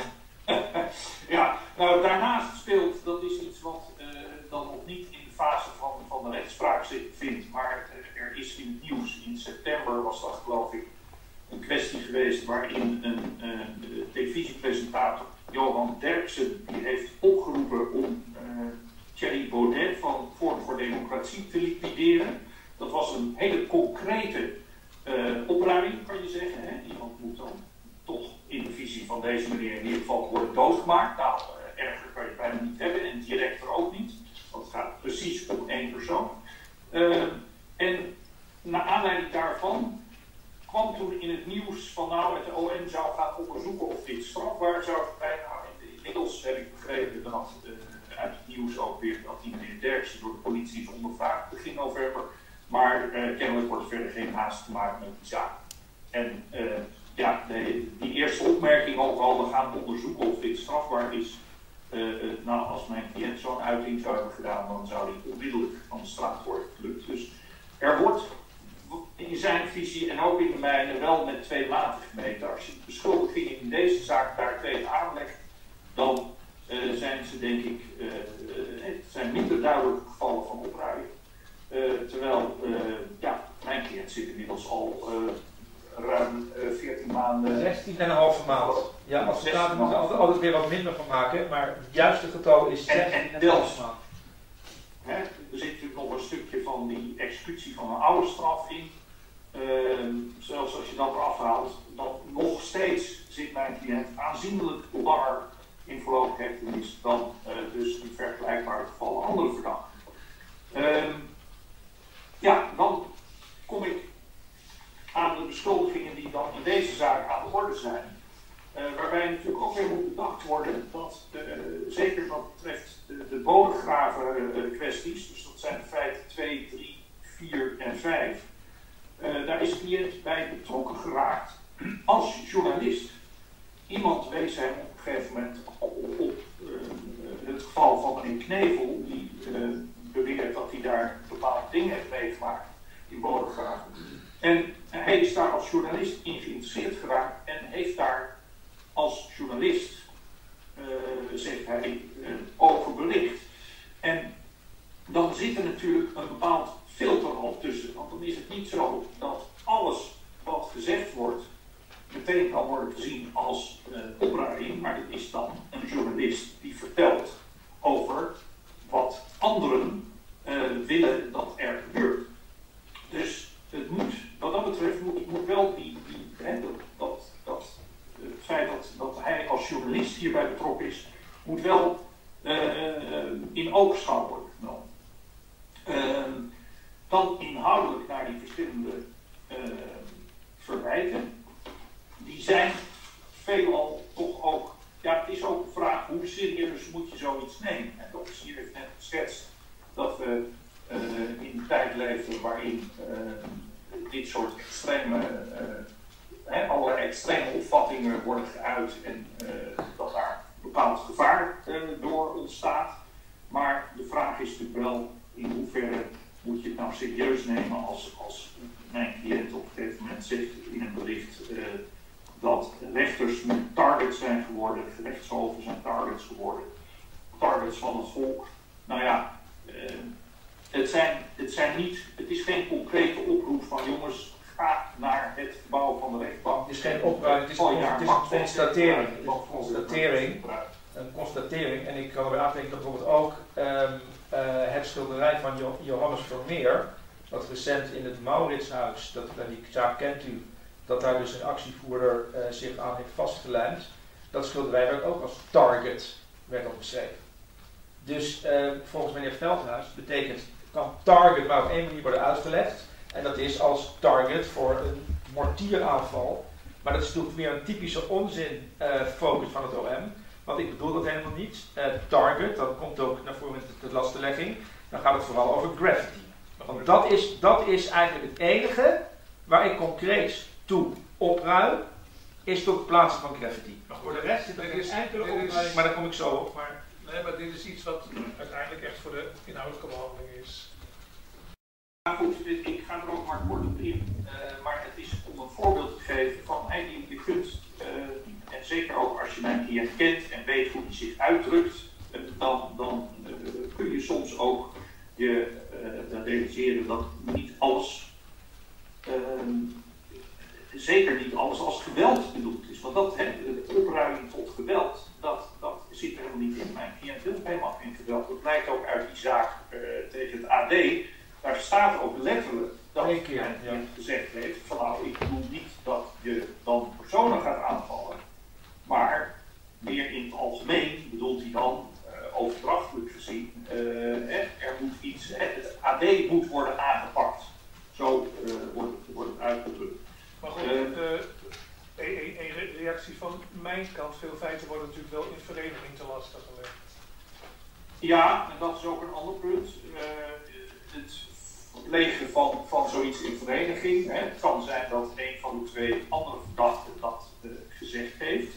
Ja, nou daarnaast speelt, dat is iets wat dan nog niet in de fase van de rechtspraak vindt, maar er is in het nieuws, in september was dat geloof ik een kwestie geweest waarin een televisiepresentator, Johan Derksen, die heeft opgeroepen om Thierry Baudet van Forum voor Democratie te liquideren. Dat was een hele concrete opruiming, kan je zeggen. Hè? Iemand moet dan toch in de visie van deze meneer in ieder geval worden doodgemaakt. Nou, erger kan je bijna niet hebben en direct er ook niet. Want het gaat precies om 1 persoon. En naar aanleiding daarvan kwam toen in het nieuws van nou, het OM zou gaan onderzoeken of dit strafbaar zou zijn. Nou, inmiddels heb ik begrepen dat uit het nieuws ook weer dat die meneer Derksen door de politie is ondervraagd begin november. Maar kennelijk wordt verder geen haast gemaakt met die zaak. En die eerste opmerking ook al, we gaan onderzoeken of dit strafbaar is. Nou, als mijn cliënt zo'n uiting zou hebben gedaan, dan zou hij onmiddellijk van de straat worden geplukt. Dus er wordt in zijn visie en ook in de mijne wel met 2 maten gemeten. Als je de beschuldigingen in deze zaak daartegen aanlegt, dan zijn ze denk ik, het zijn minder duidelijke gevallen van opruiming. Terwijl, mijn cliënt zit inmiddels al ruim 14 maanden. 16,5 maand. Ja, advocaten moeten er altijd weer wat minder van maken, maar het juiste getal is 16,5 maand. Er zit natuurlijk nog een van die executie van een oude straf in. Zelfs als je dat eraf haalt, dan nog steeds zit mijn cliënt aanzienlijk langer in voorlopige hechtenis dan dus in vergelijkbare gevallen andere verdachten. Ja, dan kom ik aan de beschuldigingen die dan in deze zaak aan de orde zijn. Waarbij natuurlijk ook weer moet bedacht worden dat, zeker wat betreft de bodemgraven kwesties, dus dat zijn de feiten 2, 3, 4 en 5, daar is de cliënt bij betrokken geraakt als journalist. Iemand wees hem op een gegeven moment op het geval van meneer Knevel, die beweert dat hij daar bepaalde dingen heeft meegemaakt in bodemgraven. En hij is daar als journalist in geïnteresseerd geraakt en heeft daar als journalist, zegt hij, over belicht. En dan zit er natuurlijk een bepaald filter op tussen, want dan is het niet zo dat alles wat gezegd wordt meteen kan worden gezien als opruiming, maar dit is dan een journalist die vertelt over wat anderen willen dat er gebeurt. Dus het moet, wat dat betreft, moet wel het feit dat hij als journalist hierbij betrokken is, moet wel in oogschouw worden genomen. Dan inhoudelijk naar die verschillende verwijten. Die zijn veelal toch ook, ja, het is ook de vraag hoe serieus moet je zoiets nemen. En de officier heeft net geschetst dat we in een tijd leven waarin dit soort extreme, allerlei extreme opvattingen worden geuit en dat daar een bepaald gevaar door ontstaat. Maar de vraag is natuurlijk wel in hoeverre moet je het nou serieus nemen als mijn cliënt op een gegeven moment zegt in een bericht dat rechters nu targets zijn geworden, gerechtshoven zijn targets geworden, targets van het volk. Nou ja, het is geen concrete oproep van jongens, ga naar het gebouw van de rechtbank. Het is geen opruiming, het is een constatering. Een constatering. En ik kan erbij aantekenen dat bijvoorbeeld ook het schilderij van Johannes Vermeer, wat recent in het Mauritshuis, die zaak kent u, dat daar dus een actievoerder zich aan heeft vastgelijmd. Dat schilderij werd ook als target beschreven. Dus volgens meneer Veldhuis kan target maar op één manier worden uitgelegd. En dat is als target voor een mortieraanval. Maar dat is natuurlijk meer een typische onzin focus van het OM. Want ik bedoel dat helemaal niet. Target, dat komt ook naar voren met de lastenlegging. Dan gaat het vooral over graffiti. Want dat is eigenlijk het enige waar ik concreet toe opruim, is tot het plaatsen van graffiti. Maar voor de rest zit er geen enkele opruiming. Maar daar kom ik zo op. Nee, maar dit is iets wat uiteindelijk echt voor de inhoudelijke behandeling is. Maar goed, ik ga er ook maar kort op in. Maar het is om een voorbeeld te geven van je kunt, en zeker ook als je mijn cliënt kent en weet hoe hij zich uitdrukt, dan kun je soms ook je realiseren dat niet alles, zeker niet alles als geweld bedoeld is. Want de opruiming tot geweld, dat zit er helemaal niet in. Mijn cliënt wil helemaal geen geweld. Dat blijkt ook uit die zaak tegen het AD. Daar staat ook letterlijk dat hij gezegd heeft van nou, ik bedoel niet dat je dan personen gaat aanvallen, maar meer in het algemeen bedoelt hij dan overdrachtelijk gezien, er moet iets, het AD moet worden aangepakt. Zo wordt het uitgedrukt. Maar goed, een reactie van mijn kant, veel feiten worden natuurlijk wel in vereniging te lasten gelegd. Ja, en dat is ook een ander punt. Het plegen van zoiets in vereniging. Het kan zijn dat een van de twee andere verdachten dat gezegd heeft.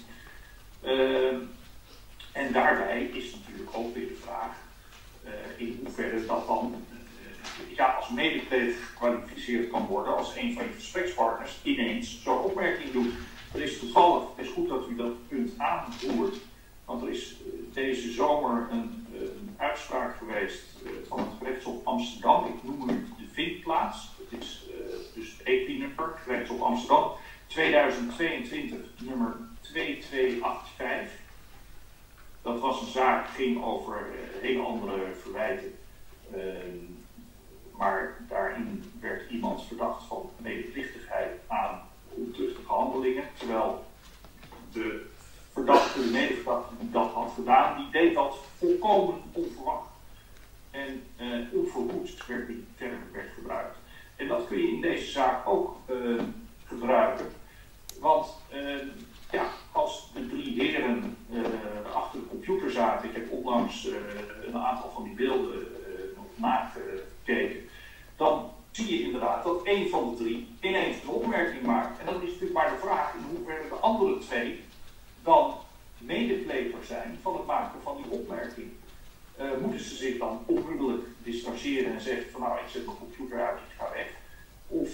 En daarbij is natuurlijk ook weer de vraag in hoeverre dat dan als medepleger gekwalificeerd kan worden als een van je gesprekspartners ineens zo'n opmerking doet. Het is toevallig, het is goed dat u dat punt aanvoert, want er is deze zomer een uitspraak geweest van het gerechtshof Amsterdam. Ik noem u de vindplaats. Het is dus het EPI-nummer, gerechtshof Amsterdam, 2022, nummer 2285. Dat was een zaak, ging over hele andere verwijten. maar daarin werd iemand verdacht van medeplichtigheid aan ontuchtige handelingen, terwijl de medeverdachte die dat had gedaan, die deed dat volkomen onverwacht. En onverhoeds werd die term gebruikt. En dat kun je in deze zaak ook gebruiken. Want als de 3 heren achter de computer zaten, ik heb onlangs een aantal van die beelden nog nagekeken, dan zie je inderdaad dat één van de 3 ineens een opmerking maakt. En dan is natuurlijk maar de vraag in hoeverre de andere 2 dan medepleger zijn van het maken van die opmerking. Moeten ze zich dan onmiddellijk distancieren en zeggen van nou, ik zet mijn computer uit, ik ga weg. Of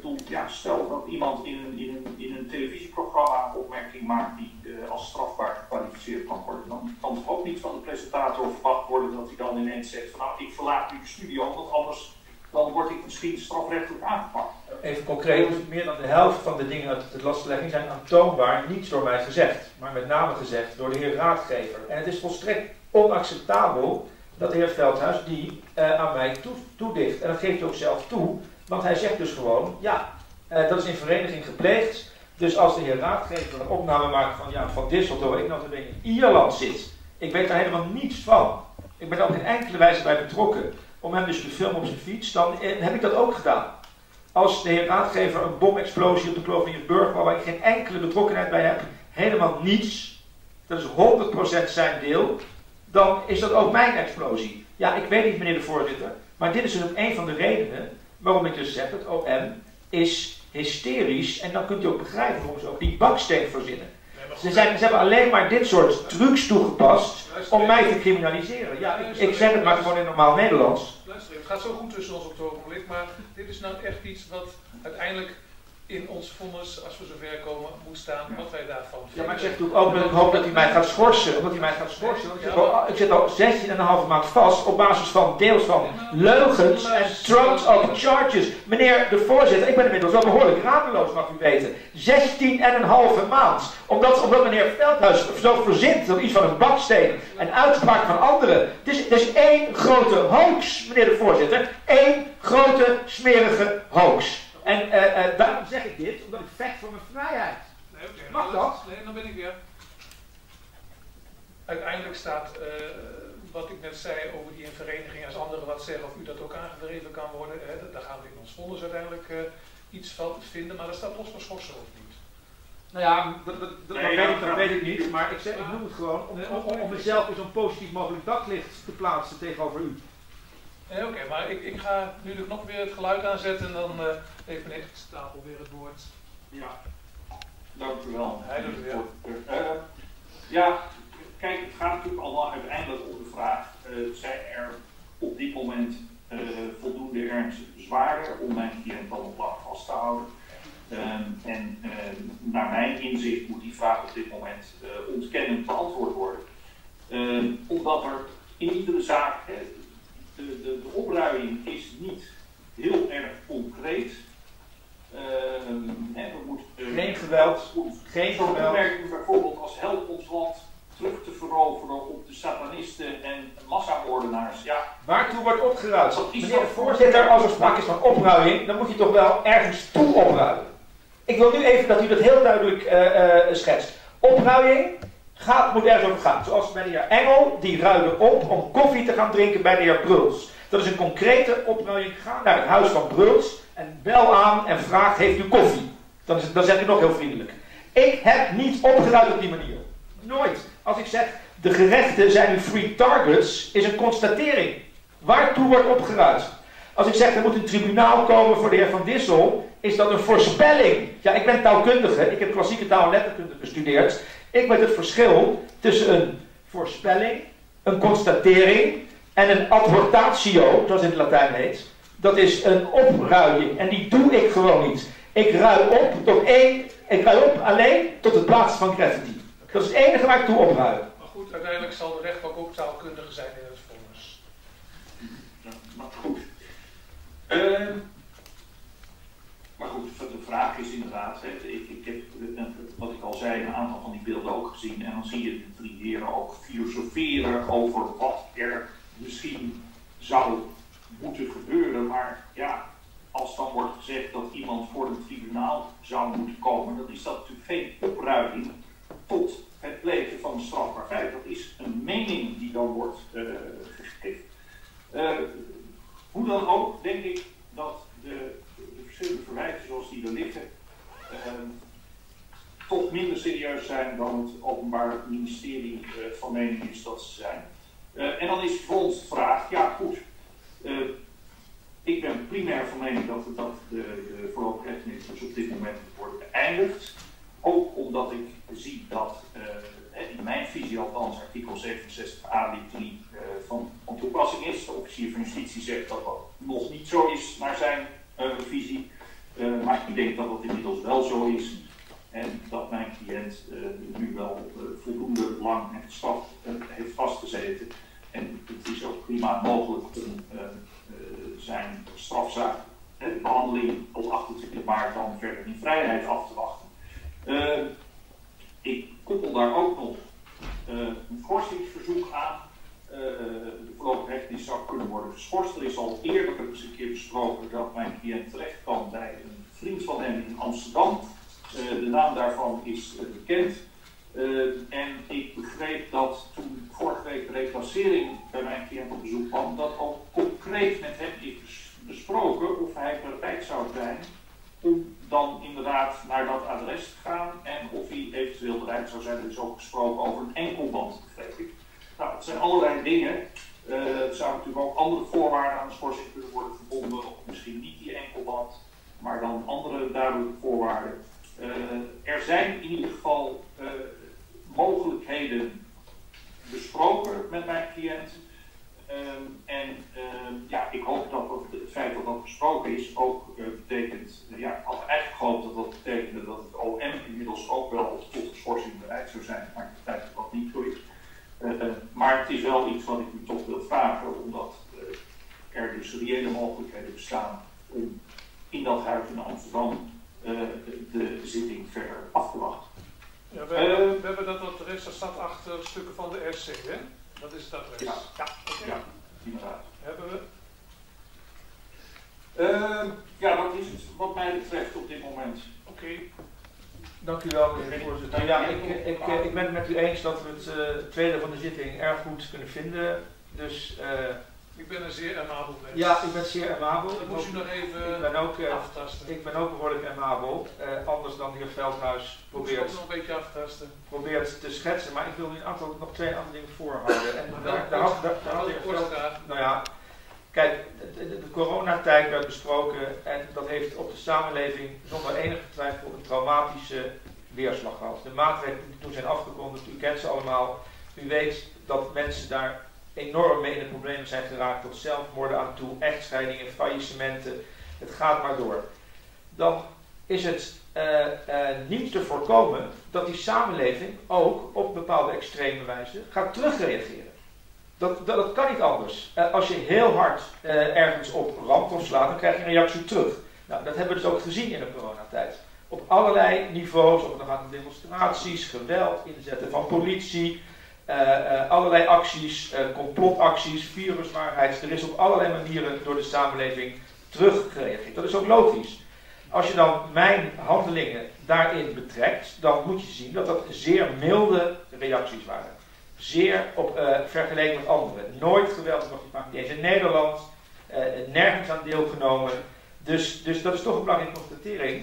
stel dat iemand in een televisieprogramma een opmerking maakt die als strafbaar gekwalificeerd kan worden. Dan kan het ook niet van de presentator verwacht worden dat hij dan ineens zegt van nou, ik verlaat nu de studio, want anders dan word ik misschien strafrechtelijk aangepakt. Even concreet, meer dan de helft van de dingen uit de lastlegging zijn aantoonbaar niet door mij gezegd, maar met name gezegd door de heer raadgever. En het is volstrekt onacceptabel dat de heer Veldhuis die aan mij toedicht. En dat geeft hij ook zelf toe, want hij zegt dus gewoon, dat is in vereniging gepleegd. Dus als de heer raadgever een opname maakt van Dissel, terwijl ik notabene in Ierland zit, ik weet daar helemaal niets van. Ik ben er ook in enkele wijze bij betrokken om hem dus te filmen op zijn fiets, dan heb ik dat ook gedaan. Als de heer raadgever een bomexplosie op de Kloveniersburg, waar ik geen enkele betrokkenheid bij heb, helemaal niets, dat is 100% zijn deel, dan is dat ook mijn explosie. Ja, ik weet niet, meneer de voorzitter, maar dit is dus ook een van de redenen waarom ik dus zeg, het OM is hysterisch, en dan kunt u ook begrijpen waarom ze ook die baksteen verzinnen. Ze hebben alleen maar dit soort trucs toegepast om mij te criminaliseren. Ja, ik zeg het maar gewoon in normaal Nederlands. Luister, het gaat zo goed tussen ons op het ogenblik, maar dit is nou echt iets wat uiteindelijk in ons vonnis, als we zover komen, moet staan wat wij daarvan vinden. Ja, maar ik zeg natuurlijk ook dat ik hoop dat hij mij gaat schorsen. Omdat hij mij gaat schorsen. Ik zit al 16,5 maand vast op basis van deels van leugens en trumped up charges. Meneer de voorzitter, ik ben inmiddels wel behoorlijk radeloos, mag u weten. 16,5 maand. Omdat meneer Veldhuis zo verzint door iets van een baksteen en uitspraak van anderen. Het is één grote hoax, meneer de voorzitter. Eén grote smerige hoax. En daarom zeg ik dit, omdat ik vecht voor mijn vrijheid. Nee, okay, mag dat? Nee, dan ben ik weer. Uiteindelijk staat wat ik net zei over die vereniging, als anderen wat zeggen, of u dat ook aangedreven kan worden, daar gaan we in ons vonnis uiteindelijk iets van vinden, maar dat staat los van schorsen ook niet. Nou ja, dat weet ik niet, maar ik noem het gewoon om mezelf in zo'n positief mogelijk daglicht te plaatsen tegenover u. Oké, maar ik ga nu de knop weer het geluid aanzetten en dan heeft meneer Stapel weer het woord. Ja, dank u wel. Hij doet het weer. Kijk, het gaat natuurlijk allemaal uiteindelijk om de vraag, zijn er op dit moment voldoende ernstige bezwaren om mijn cliënt dan op lang vast te houden? Naar mijn inzicht moet die vraag op dit moment ontkennend beantwoord worden. Omdat er in iedere zaak, de opruiing is niet heel erg concreet. Geen geweld. Geen geweld. Opmerking bijvoorbeeld als help ons land terug te veroveren op de satanisten en massamoordenaars. Ja. Waartoe wordt opgeruimd? Meneer de voorzitter, als er sprake is van opruiming, dan moet je toch wel ergens toe opruimen. Ik wil nu even dat u dat heel duidelijk schetst. Opruiming moet ergens over gaan. Zoals bij de heer Engel, die ruilde op om koffie te gaan drinken bij de heer Bruls. Dat is een concrete opruiming. Ga naar het huis van Bruls en bel aan en vraag, heeft u koffie? Dan zeg ik nog heel vriendelijk. Ik heb niet opgeruimd op die manier. Nooit. Als ik zeg, de gerechten zijn nu free targets, is een constatering. Waartoe wordt opgeruimd? Als ik zeg, er moet een tribunaal komen voor de heer Van Dissel, is dat een voorspelling. Ja, ik ben taalkundige, ik heb klassieke taal en letterkunde bestudeerd. Ik weet het verschil tussen een voorspelling, een constatering en een adhortatio, zoals het in het Latijn heet. Dat is een opruiing en die doe ik gewoon niet. Ik ruil op alleen tot het plaatsen van graffiti. Dat is het enige waar ik toe opruim. Maar goed, uiteindelijk zal de rechtbank ook taalkundige zijn in het vonnis. Ja, maar goed. Maar goed, de vraag is inderdaad, ik heb, wat ik al zei, een aantal van die beelden ook gezien. En dan zie je de 3 heren ook filosoferen over wat er misschien zou moeten gebeuren. Maar ja, als dan wordt gezegd dat iemand voor een tribunaal zou moeten komen, dan is dat natuurlijk geen opruiming tot het plegen van een strafbaar feit. Dat is een mening die dan wordt gegeven. Hoe dan ook, denk ik dat de verschillende verwijten zoals die er liggen toch minder serieus zijn dan het Openbaar Ministerie van mening is dat ze zijn. En dan is voor ons de vraag, ja goed, ik ben primair van mening dat de voorlopige hechtenis dus op dit moment wordt beëindigd. Ook omdat ik zie dat in mijn visie althans artikel 67a lid 3 van toepassing is. De officier van justitie zegt dat dat nog niet zo is naar zijn visie. Maar ik denk dat dat inmiddels wel zo is. En dat mijn cliënt nu wel voldoende lang heeft vastgezeten. En het is ook prima mogelijk om zijn strafzaak, de behandeling tot 28 maart dan verder in vrijheid af te wachten. Ik koppel daar ook nog een schorsingsverzoek aan. De voorlopige hechtenis zou kunnen worden geschorst. Er is al eerder eens een keer besproken dat mijn cliënt terecht kan bij een vriend van hem in Amsterdam. De naam daarvan is bekend. En ik begreep dat toen vorige week de reclassering bij mijn cliënt op bezoek kwam, dat ook concreet met hem is besproken of hij bereid zou zijn om dan inderdaad naar dat adres te gaan en of hij eventueel bereid zou zijn. Er is ook gesproken over een enkelband, begreep ik. Nou, het zijn allerlei dingen. Er zouden natuurlijk ook andere voorwaarden aan de schorsing kunnen worden verbonden, of misschien niet die enkelband, maar dan andere duidelijke voorwaarden. Er zijn in ieder geval mogelijkheden besproken met mijn cliënt. Ik hoop dat het feit dat dat besproken is ook betekent, ik had eigenlijk gehoopt dat dat betekende dat het OM inmiddels ook wel tot de schorsing bereid zou zijn, maar de tijd dat dat niet zo is. Maar het is wel iets wat ik u toch wil vragen, omdat er dus reële mogelijkheden bestaan om in dat huis in Amsterdam de zitting verder af te wachten. Ja, we hebben dat adres, dat staat achter stukken van de RC, hè? Dat is het adres. Ja, Okay. Ja, inderdaad. Hebben we? Dat is het wat mij betreft op dit moment. Oké. Dank u wel, meneer de voorzitter. Ja, ik ben het met u eens dat we het tweede van de zitting erg goed kunnen vinden. Dus... ik ben een zeer amabel mens. Ja, ik ben zeer amabel. Dan moet u nog even aftasten. Ik ben ook behoorlijk amabel. Anders dan de heer Veldhuis probeert nog een beetje aftasten. Probeert te schetsen. Maar ik wil u nog twee andere dingen voorhouden. En nou ja, kijk, de coronatijd werd besproken en dat heeft op de samenleving zonder enige twijfel een traumatische weerslag gehad. De maatregelen die toen zijn afgekondigd, u kent ze allemaal. U weet dat mensen daar enorm mee in de problemen zijn geraakt, tot zelfmoorden aan toe, echtscheidingen, faillissementen. Het gaat maar door. Dan is het niet te voorkomen dat die samenleving ook op bepaalde extreme wijze gaat terugreageren. Dat kan niet anders. Als je heel hard ergens op ramp slaat, dan krijg je een reactie terug. Nou, dat hebben we dus ook gezien in de coronatijd. Op allerlei niveaus, of het gaat om demonstraties, geweld, inzetten van politie, allerlei acties, complotacties, viruswaarheid. Er is op allerlei manieren door de samenleving teruggereageerd. Dat is ook logisch. Als je dan mijn handelingen daarin betrekt, dan moet je zien dat dat zeer milde reacties waren. Zeer vergeleken met anderen. Nooit geweld, nog niet eens in Nederland. Nergens aan deelgenomen. Dus dat is toch een belangrijke constatering.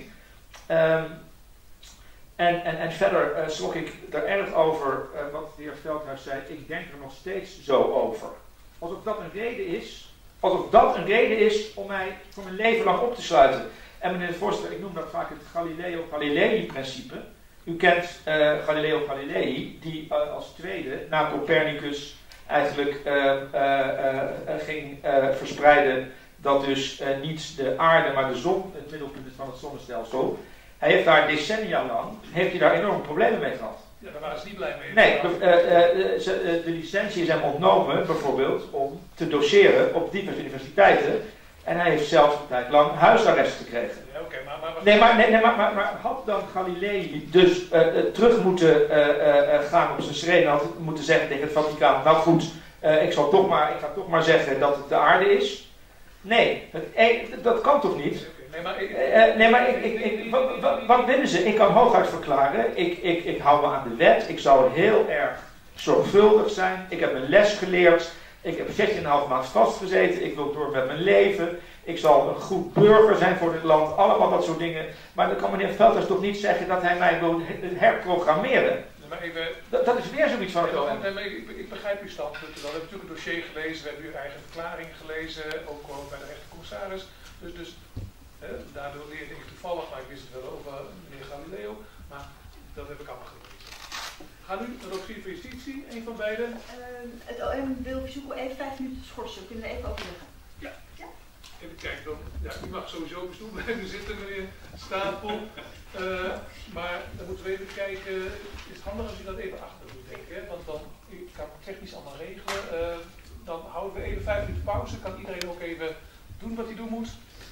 En verder schrok ik er erg over wat de heer Veldhuis zei. Ik denk er nog steeds zo over. Alsof dat een reden is om mij voor mijn leven lang op te sluiten. En meneer de voorzitter, ik noem dat vaak het Galileo-Galilei-principe. U kent Galileo Galilei, die als tweede, na Copernicus, eigenlijk ging verspreiden dat dus niet de aarde, maar de zon het middelpunt is van het zonnestelsel. Hij heeft daar decennia lang, enorme problemen mee gehad. Ja, daar waren ze niet blij mee. Nee, de licentie is hem ontnomen, bijvoorbeeld, om te doseren op diverse universiteiten. En hij heeft zelfs een tijd lang huisarrest gekregen. Ja, oké, maar had dan Galilei dus terug moeten gaan op zijn schreden, had moeten zeggen tegen het Vaticaan, nou goed, ik ga toch maar zeggen dat het de aarde is. Nee, dat kan toch niet? Nee, maar Wat willen ze? Ik kan hooguit verklaren, ik hou me aan de wet, ik zou heel erg zorgvuldig zijn, ik heb een les geleerd, ik heb 16,5 maand vastgezeten, ik wil door met mijn leven, ik zal een goed burger zijn voor dit land, allemaal dat soort dingen. Maar dan kan meneer Veldhuis toch niet zeggen dat hij mij wil herprogrammeren? Maar even, dat is weer zoiets van het OM. Ik begrijp uw standpunt. We hebben natuurlijk het dossier gelezen, we hebben uw eigen verklaring gelezen, ook bij de rechtercommissaris. Dus daardoor leerde ik toevallig, maar ik wist het wel over meneer Galileo, maar dat heb ik allemaal gelezen. Gaan nu naar de officier van justitie, een van beiden. Het OM wil verzoeken even 5 minuten te schorsen, we kunnen er even overleggen. Ja. Even kijken dan. Ja, u mag sowieso op uw stoel blijven zitten, meneer Stapel. Maar dan moeten we even kijken. Is het handig als u dat even achter doet, denk ik. Hè? Want dan kan ik technisch allemaal regelen. Dan houden we even 5 minuten pauze. Kan iedereen ook even doen wat hij doen moet.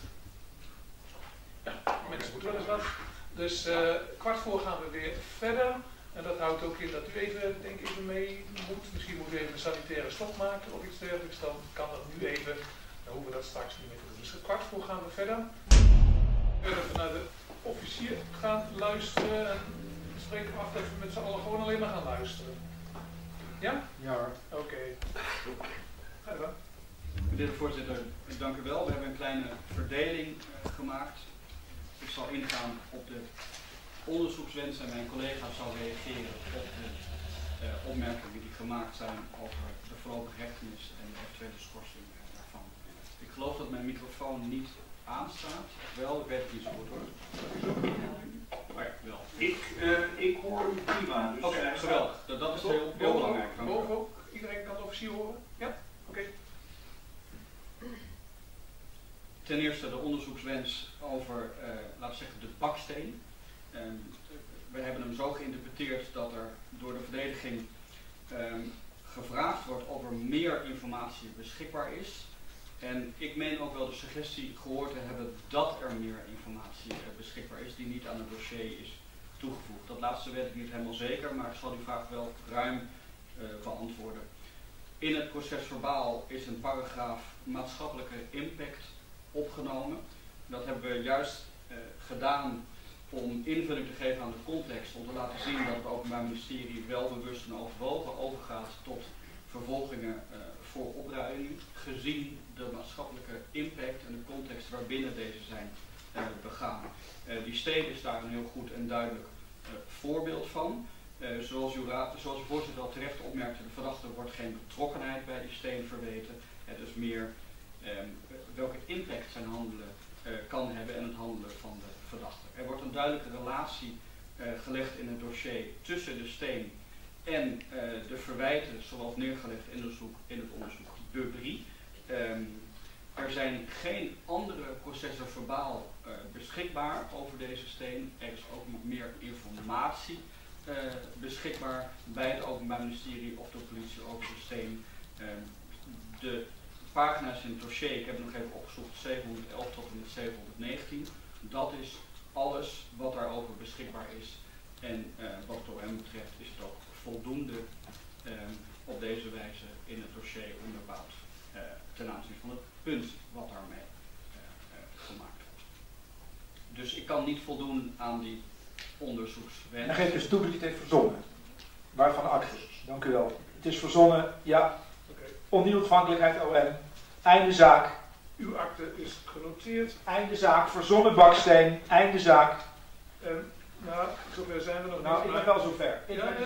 Ja, mensen moeten wel eens wat. Dus 15:15 gaan we weer verder. En dat houdt ook in dat u even mee moet. Misschien moet u even een sanitaire stop maken of iets dergelijks. Dan kan dat nu even. Dan hoeven we dat straks niet meer te doen. Dus 15:15 gaan we verder. Dat we naar de officier gaan luisteren. En spreken we af dat we met z'n allen gewoon alleen maar gaan luisteren. Ja? Ja hoor. Oké. Ga je dan. Meneer de voorzitter, dank u wel. We hebben een kleine verdeling gemaakt. Ik zal ingaan op de onderzoekswens en mijn collega zal reageren op de opmerkingen die gemaakt zijn over de voorlopige hechtenis en de eventuele schorsing daarvan. Ik geloof dat mijn microfoon niet aanstaat. Wel, ik weet het niet zo goed hoor. Maar ja, wel. Ik hoor u prima. Dus Oké, geweldig. Dat is heel belangrijk. Boven ook? Iedereen kan de officier horen? Ja? Oké. Ten eerste de onderzoekswens over, laten we zeggen, de baksteen. We hebben hem zo geïnterpreteerd dat er door de verdediging gevraagd wordt of er meer informatie beschikbaar is. En ik meen ook wel de suggestie gehoord te hebben dat er meer informatie beschikbaar is die niet aan het dossier is toegevoegd. Dat laatste weet ik niet helemaal zeker, maar ik zal die vraag wel ruim beantwoorden. In het procesverbaal is een paragraaf maatschappelijke impact opgenomen. Dat hebben we juist gedaan om invulling te geven aan de context, om te laten zien dat het Openbaar Ministerie wel bewust en overwogen overgaat tot vervolgingen voor opruiming, gezien de maatschappelijke impact en de context waarbinnen deze zijn begaan. Die steen is daar een heel goed en duidelijk voorbeeld van. Zoals uw voorzitter al terecht opmerkte, de verdachte wordt geen betrokkenheid bij die steen verweten. Het is meer welke impact zijn handelen kan hebben en het handelen van de verdachte. Er wordt een duidelijke relatie gelegd in het dossier tussen de steen en de verwijten zoals neergelegd in het onderzoek Bubri. Er zijn geen andere processen verbaal beschikbaar over deze steen. Er is ook nog meer informatie beschikbaar bij het Openbaar Ministerie of de politie over de steen. De pagina's in het dossier, ik heb het nog even opgezocht, 711 tot en met 719. Dat is alles wat daarover beschikbaar is. En wat het OM betreft is het ook voldoende op deze wijze in het dossier onderbouwd ten aanzien van het punt wat daarmee gemaakt wordt. Dus ik kan niet voldoen aan die onderzoekswens. En geef dus toe dat je het heeft verzonnen. Waarvan acte. Dank u wel. Het is verzonnen, ja. Okay. Onafhankelijkheid OM. Einde zaak. Uw akte is genoteerd. Einde zaak. Verzonnen baksteen. Einde zaak. Nou, zover zijn we nog niet. Nou, ik ben wel zover.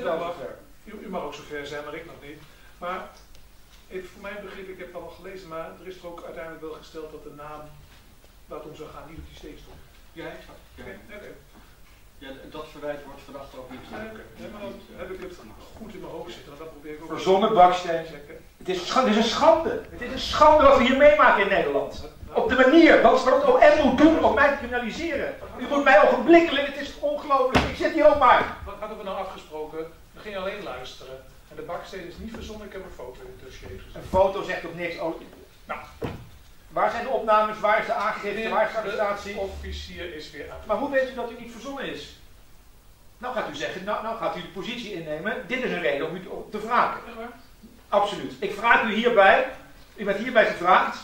U mag ook zover zijn, maar ik nog niet. Maar even voor mijn begrip, ik heb het al gelezen, maar er is toch ook uiteindelijk wel gesteld dat de naam waar het om zou gaan niet op die steen stond. Ja, exact. Ja. Okay. Ja, dat verwijt wordt verdacht ook niet. Nee, maar dan heb ik het goed in mijn hoofd zitten, want dat probeer ik ook. Verzonnen baksteen. Het is een schande. Het is een schande wat we hier meemaken in Nederland. Op de manier, wat het OM moet doen om mij te criminaliseren. U moet mij ogenblikkelijk, het is ongelooflijk. Ik zit hier ook maar. Wat hadden we nou afgesproken? We gingen alleen luisteren. En de baksteen is niet verzonnen, ik heb een foto in het dossier gezet. Een foto zegt ook niks. Oh, nou, waar zijn de opnames? Waar is de aangifte? Waar is de arrestatie? De officier is weer aan. Maar hoe weet u dat u niet verzonnen is? Nou gaat u zeggen, nou gaat u de positie innemen. Dit is een reden om u te vragen. Absoluut. Ik vraag u hierbij, u bent hierbij gevraagd,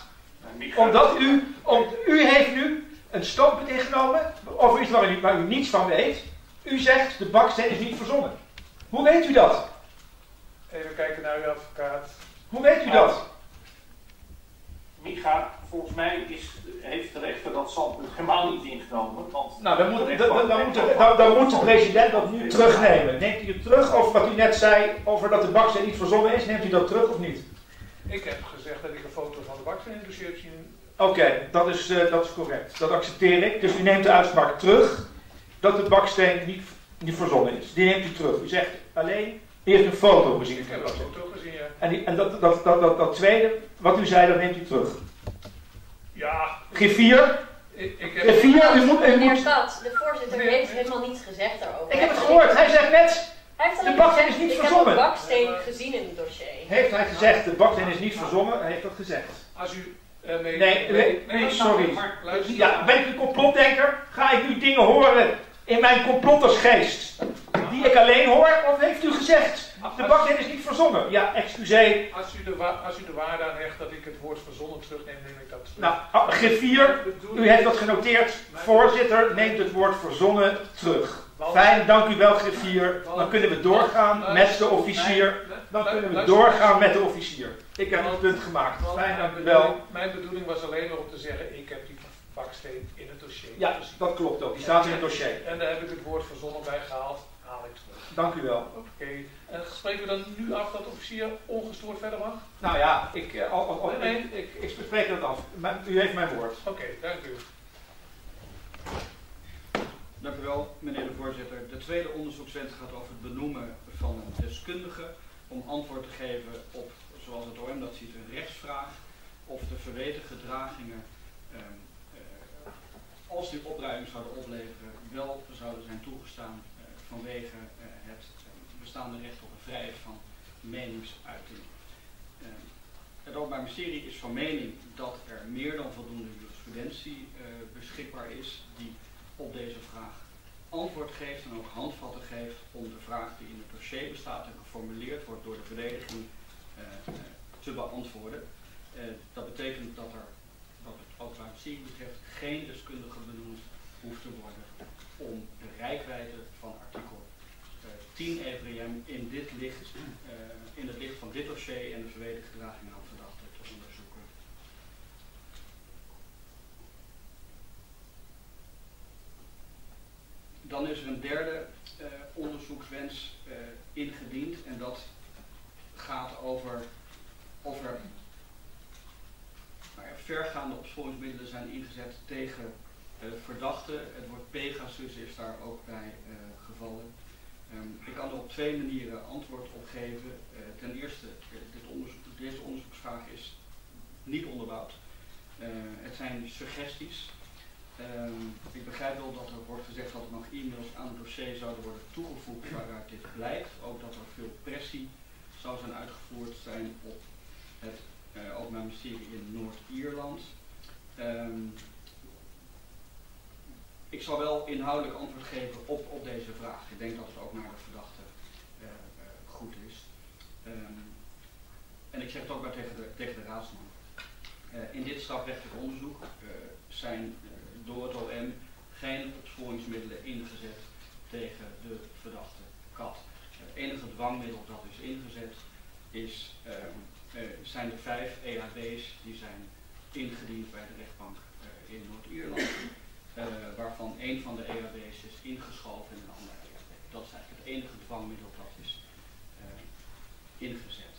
Omdat u heeft nu een standpunt ingenomen over iets waar u niets van weet. U zegt de baksteen is niet verzonnen. Hoe weet u dat? Even kijken naar uw advocaat. Hoe weet u dat? Micha, volgens mij heeft de rechter dat standpunt helemaal niet ingenomen. Want nou, dan moet de president dat nu terugnemen. Neemt u het terug over wat u net zei, over dat de baksteen niet verzonnen is? Neemt u dat terug of niet? Ik heb gezegd dat ik een foto van de baksteen in het dossier heb zien. Oké, dat is correct. Dat accepteer ik. Dus u neemt de uitspraak terug dat de baksteen niet verzonnen is. Die neemt u terug. U zegt alleen, u heeft een foto gezien. Ik heb een foto gezien, ja. En dat tweede, wat u zei, dat neemt u terug. Ja. Griffier? Griffier, u moet... Meneer Stad, de voorzitter heeft helemaal niets gezegd daarover. Ik heb het gehoord. Hij zegt net, de baksteen is niet verzonnen. Ik heb de baksteen gezien in het dossier. Heeft hij gezegd, de baksteen is niet verzonnen? Hij heeft dat gezegd. Als u... Nee, sorry. Ja, ben ik een complotdenker? Ga ik nu dingen horen in mijn complottersgeest die ik alleen hoor? Of heeft u gezegd, de baksteen is niet verzonnen? Ja, excuseer. Als u de waarde aan hecht dat ik het woord verzonnen terugneem, neem ik dat terug. Nou, griffier, u heeft dat genoteerd. Voorzitter, neemt het woord verzonnen terug. Fijn, dank u wel, griffier. Dan kunnen we doorgaan met de officier. Ik heb het punt gemaakt. Fijn, dank u wel. Mijn bedoeling was alleen maar om te zeggen, ik heb die baksteen in het dossier. Ja, dat klopt ook. Die staat in het dossier. En daar heb ik het woord verzonnen bij gehaald. Haal ik terug. Dank u wel. Oké. En spreken we dan nu af dat de officier ongestoord verder mag? Nou ja, ik spreek dat af. U heeft mijn woord. Oké, dank u. Dank u wel, meneer de voorzitter. De tweede onderzoekswens gaat over het benoemen van een deskundige om antwoord te geven op, zoals het OM dat ziet, een rechtsvraag of de verweten gedragingen, als die opruiming zouden opleveren, wel zouden zijn toegestaan vanwege het bestaande recht op een vrijheid van meningsuiting. Het Openbaar Ministerie is van mening dat er meer dan voldoende jurisprudentie beschikbaar is die op deze vraag antwoord geeft en ook handvatten geeft om de vraag die in het dossier bestaat en geformuleerd wordt door de verdediging te beantwoorden. Dat betekent dat er, wat het Openbaar Ministerie betreft, geen deskundige benoemd hoeft te worden om de reikwijdte van artikel 10 EVRM in het licht van dit dossier en de verweten gedraging aan verdachten te onderzoeken. Dan is er een derde onderzoekswens ingediend en dat gaat over vergaande opsporingsmiddelen zijn ingezet tegen verdachten. Het woord Pegasus is daar ook bij gevallen. Ik kan er op twee manieren antwoord op geven. Ten eerste, deze onderzoeksvraag is niet onderbouwd. Het zijn suggesties. Ik begrijp wel dat er wordt gezegd dat er nog e-mails aan het dossier zouden worden toegevoegd waaruit dit blijkt. Ook dat er veel pressie zou zijn uitgevoerd zijn op het Openbaar Ministerie in Noord-Ierland. Ik zal wel inhoudelijk antwoord geven op deze vraag. Ik denk dat het ook naar de verdachte goed is. En ik zeg het ook maar tegen de raadsman. In dit strafrechtelijk onderzoek zijn door het OM geen opsporingsmiddelen ingezet tegen de verdachte kat. Het enige dwangmiddel dat is ingezet zijn de 5 EHB's die zijn ingediend bij de rechtbank in Noord-Ierland. Waarvan één van de EHB's is ingeschoven in een andere EHB. Dat is eigenlijk het enige dwangmiddel dat is ingezet.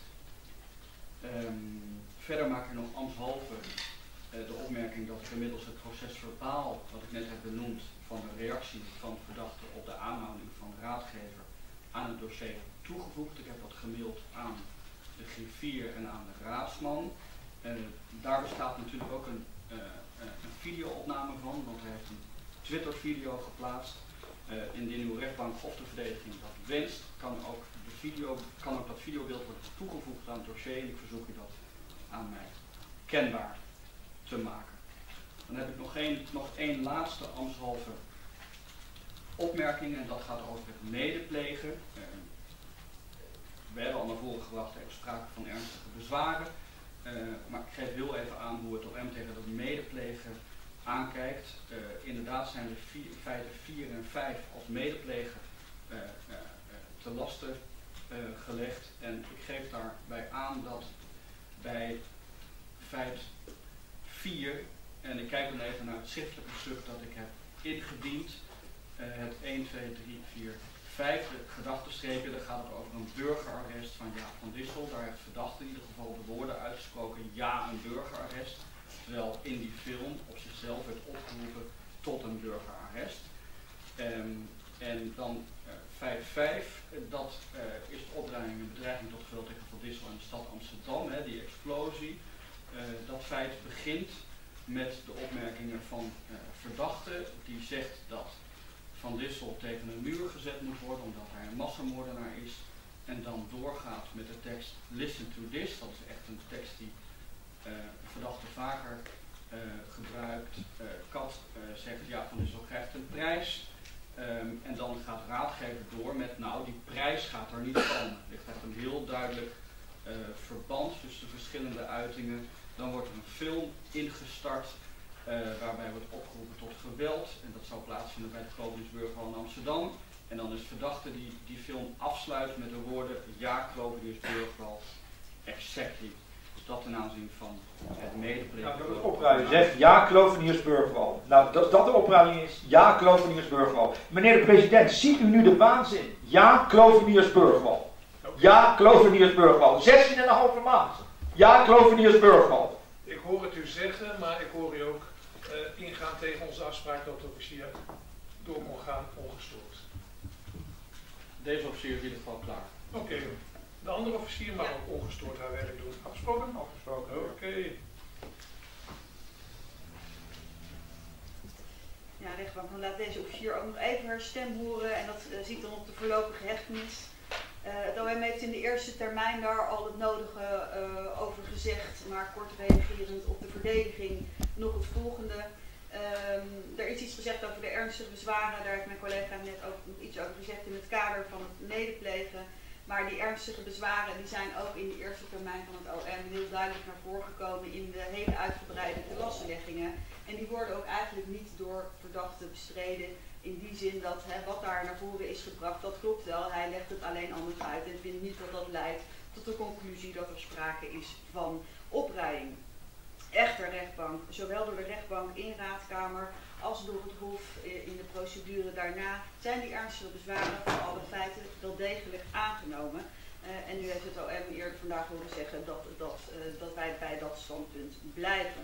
Verder maak ik nog ambtshalve de opmerking dat ik inmiddels het procesverbaal, wat ik net heb benoemd, van de reactie van de verdachte op de aanhouding van de raadgever aan het dossier toegevoegd. Ik heb dat gemaild aan de griffier en aan de raadsman. Daar bestaat natuurlijk ook een video-opname van, want hij heeft een Twitter-video geplaatst. Indien uw rechtbank of de verdediging dat wenst, kan ook dat videobeeld worden toegevoegd aan het dossier en ik verzoek u dat aan mij kenbaar te maken. Dan heb ik nog één laatste ambtshalve opmerking en dat gaat over het medeplegen. We hebben al naar voren gebracht, er is sprake van ernstige bezwaren Maar ik geef heel even aan hoe het OM tegen dat medepleger aankijkt. Inderdaad zijn de feiten 4 en 5 als medepleger te laste gelegd. En ik geef daarbij aan dat bij feit 4, en ik kijk dan even naar het schriftelijke stuk dat ik heb ingediend, het 1, 2, 3, 4, 5, de gedachtenstreepje, daar gaat het over een burgerarrest van Jaap van Dissel. Daar heeft verdachte in ieder geval de woorden uitgesproken, ja, een burgerarrest. Terwijl in die film op zichzelf werd opgeroepen tot een burgerarrest. En dan feit 5, dat is de opruiming en bedreiging tot geweld tegen Van Dissel in de stad Amsterdam, die explosie. Dat feit begint met de opmerkingen van verdachte, die zegt dat Van Dissel tegen een muur gezet moet worden omdat hij een massamoordenaar is. En dan doorgaat met de tekst listen to this, dat is echt een tekst die verdachte vaker gebruikt. Kat zegt ja, Van Dissel krijgt een prijs. En dan gaat raadgever door met nou, die prijs gaat er niet komen. Er ligt echt een heel duidelijk verband tussen de verschillende uitingen. Dan wordt er een film ingestart waarbij wordt opgeroepen tot geweld. En dat zou plaatsvinden bij de Cloveniusburgwal in Amsterdam. En dan is verdachte die die film afsluit met de woorden ja, Cloveniusburgwal, exactly. Dus dat ten aanzien van het medepleger. Nou, dat het opruimen zegt ja, Cloveniusburgwal. Nou, dat de opruiming is ja, Cloveniusburgwal. Meneer de president, ziet u nu de waanzin? Ja, Cloveniusburgwal. Ja, Cloveniusburgwal. 16,5 maand. Ja, Cloveniusburgwal. Ik hoor het u zeggen, maar ik hoor u ook ingaan tegen onze afspraak dat de officier door kon gaan ongestoord. Deze officier is in ieder geval klaar. Oké. De andere officier mag ook ongestoord haar werk doen. Afgesproken? Afgesproken. Oké. Ja, rechtbank, dan laat deze officier ook nog even haar stem horen en dat ziet dan op de voorlopige hechtenis. Het OM heeft in de eerste termijn daar al het nodige over gezegd, maar kort reagerend op de verdediging nog het volgende. Er is iets gezegd over de ernstige bezwaren, daar heeft mijn collega net ook nog iets over gezegd in het kader van het medeplegen. Maar die ernstige bezwaren die zijn ook in de eerste termijn van het OM heel duidelijk naar voren gekomen in de hele uitgebreide telassenleggingen. En die worden ook eigenlijk niet door verdachten bestreden. In die zin dat wat daar naar voren is gebracht, dat klopt wel. Hij legt het alleen anders uit en vindt niet dat dat leidt tot de conclusie dat er sprake is van opruiing. Echter, rechtbank, zowel door de rechtbank in raadkamer als door het Hof in de procedure daarna, zijn die ernstige bezwaren van alle feiten wel degelijk aangenomen. En nu heeft het OM eerder vandaag horen zeggen dat wij bij dat standpunt blijven.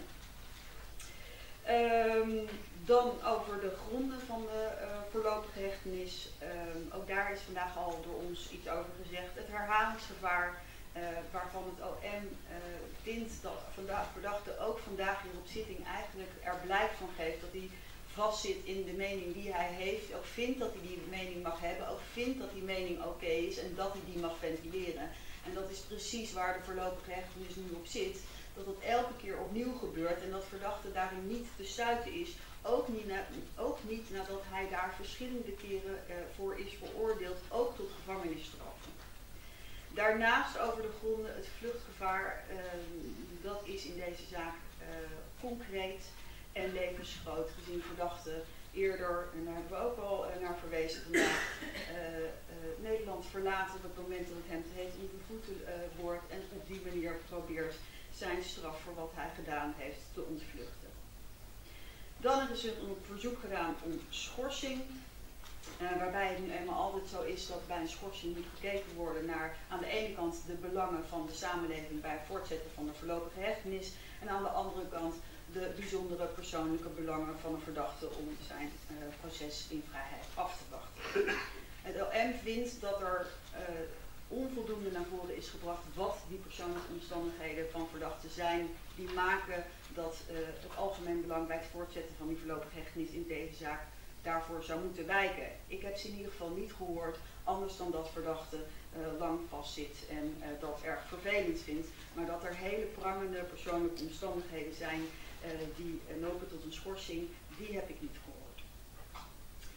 Dan over de gronden van de voorlopige hechtenis. Ook daar is vandaag al door ons iets over gezegd. Het herhalingsgevaar waarvan het OM vindt dat verdachte ook vandaag hier op zitting eigenlijk er blijk van geeft dat hij vastzit in de mening die hij heeft. Ook vindt dat hij die mening mag hebben. Ook vindt dat die mening oké is en dat hij die mag ventileren. En dat is precies waar de voorlopige hechtenis nu op zit. Dat het elke keer opnieuw gebeurt en dat verdachte daarin niet te stuiten is. Ook niet nadat hij daar verschillende keren voor is veroordeeld, ook tot gevangenisstraffen. Daarnaast over de gronden, het vluchtgevaar, dat is in deze zaak concreet en levensgroot, gezien verdachte eerder, en daar hebben we ook al naar verwezen vandaag, Nederland verlaten op het moment dat het hem te heet onder de voeten wordt en op die manier probeert zijn straf voor wat hij gedaan heeft te ontvluchten. Dan is er een verzoek gedaan om schorsing, waarbij het nu eenmaal altijd zo is dat bij een schorsing moet gekeken worden naar aan de ene kant de belangen van de samenleving bij het voortzetten van de voorlopige hechtenis en aan de andere kant de bijzondere persoonlijke belangen van een verdachte om zijn proces in vrijheid af te wachten. Het OM vindt dat er onvoldoende naar voren is gebracht wat die persoonlijke omstandigheden van verdachten zijn die maken dat het algemeen belang bij het voortzetten van die voorlopige hechtenis in deze zaak daarvoor zou moeten wijken. Ik heb ze in ieder geval niet gehoord, anders dan dat verdachte lang vastzit en dat erg vervelend vindt, maar dat er hele prangende persoonlijke omstandigheden zijn die lopen tot een schorsing, die heb ik niet gehoord.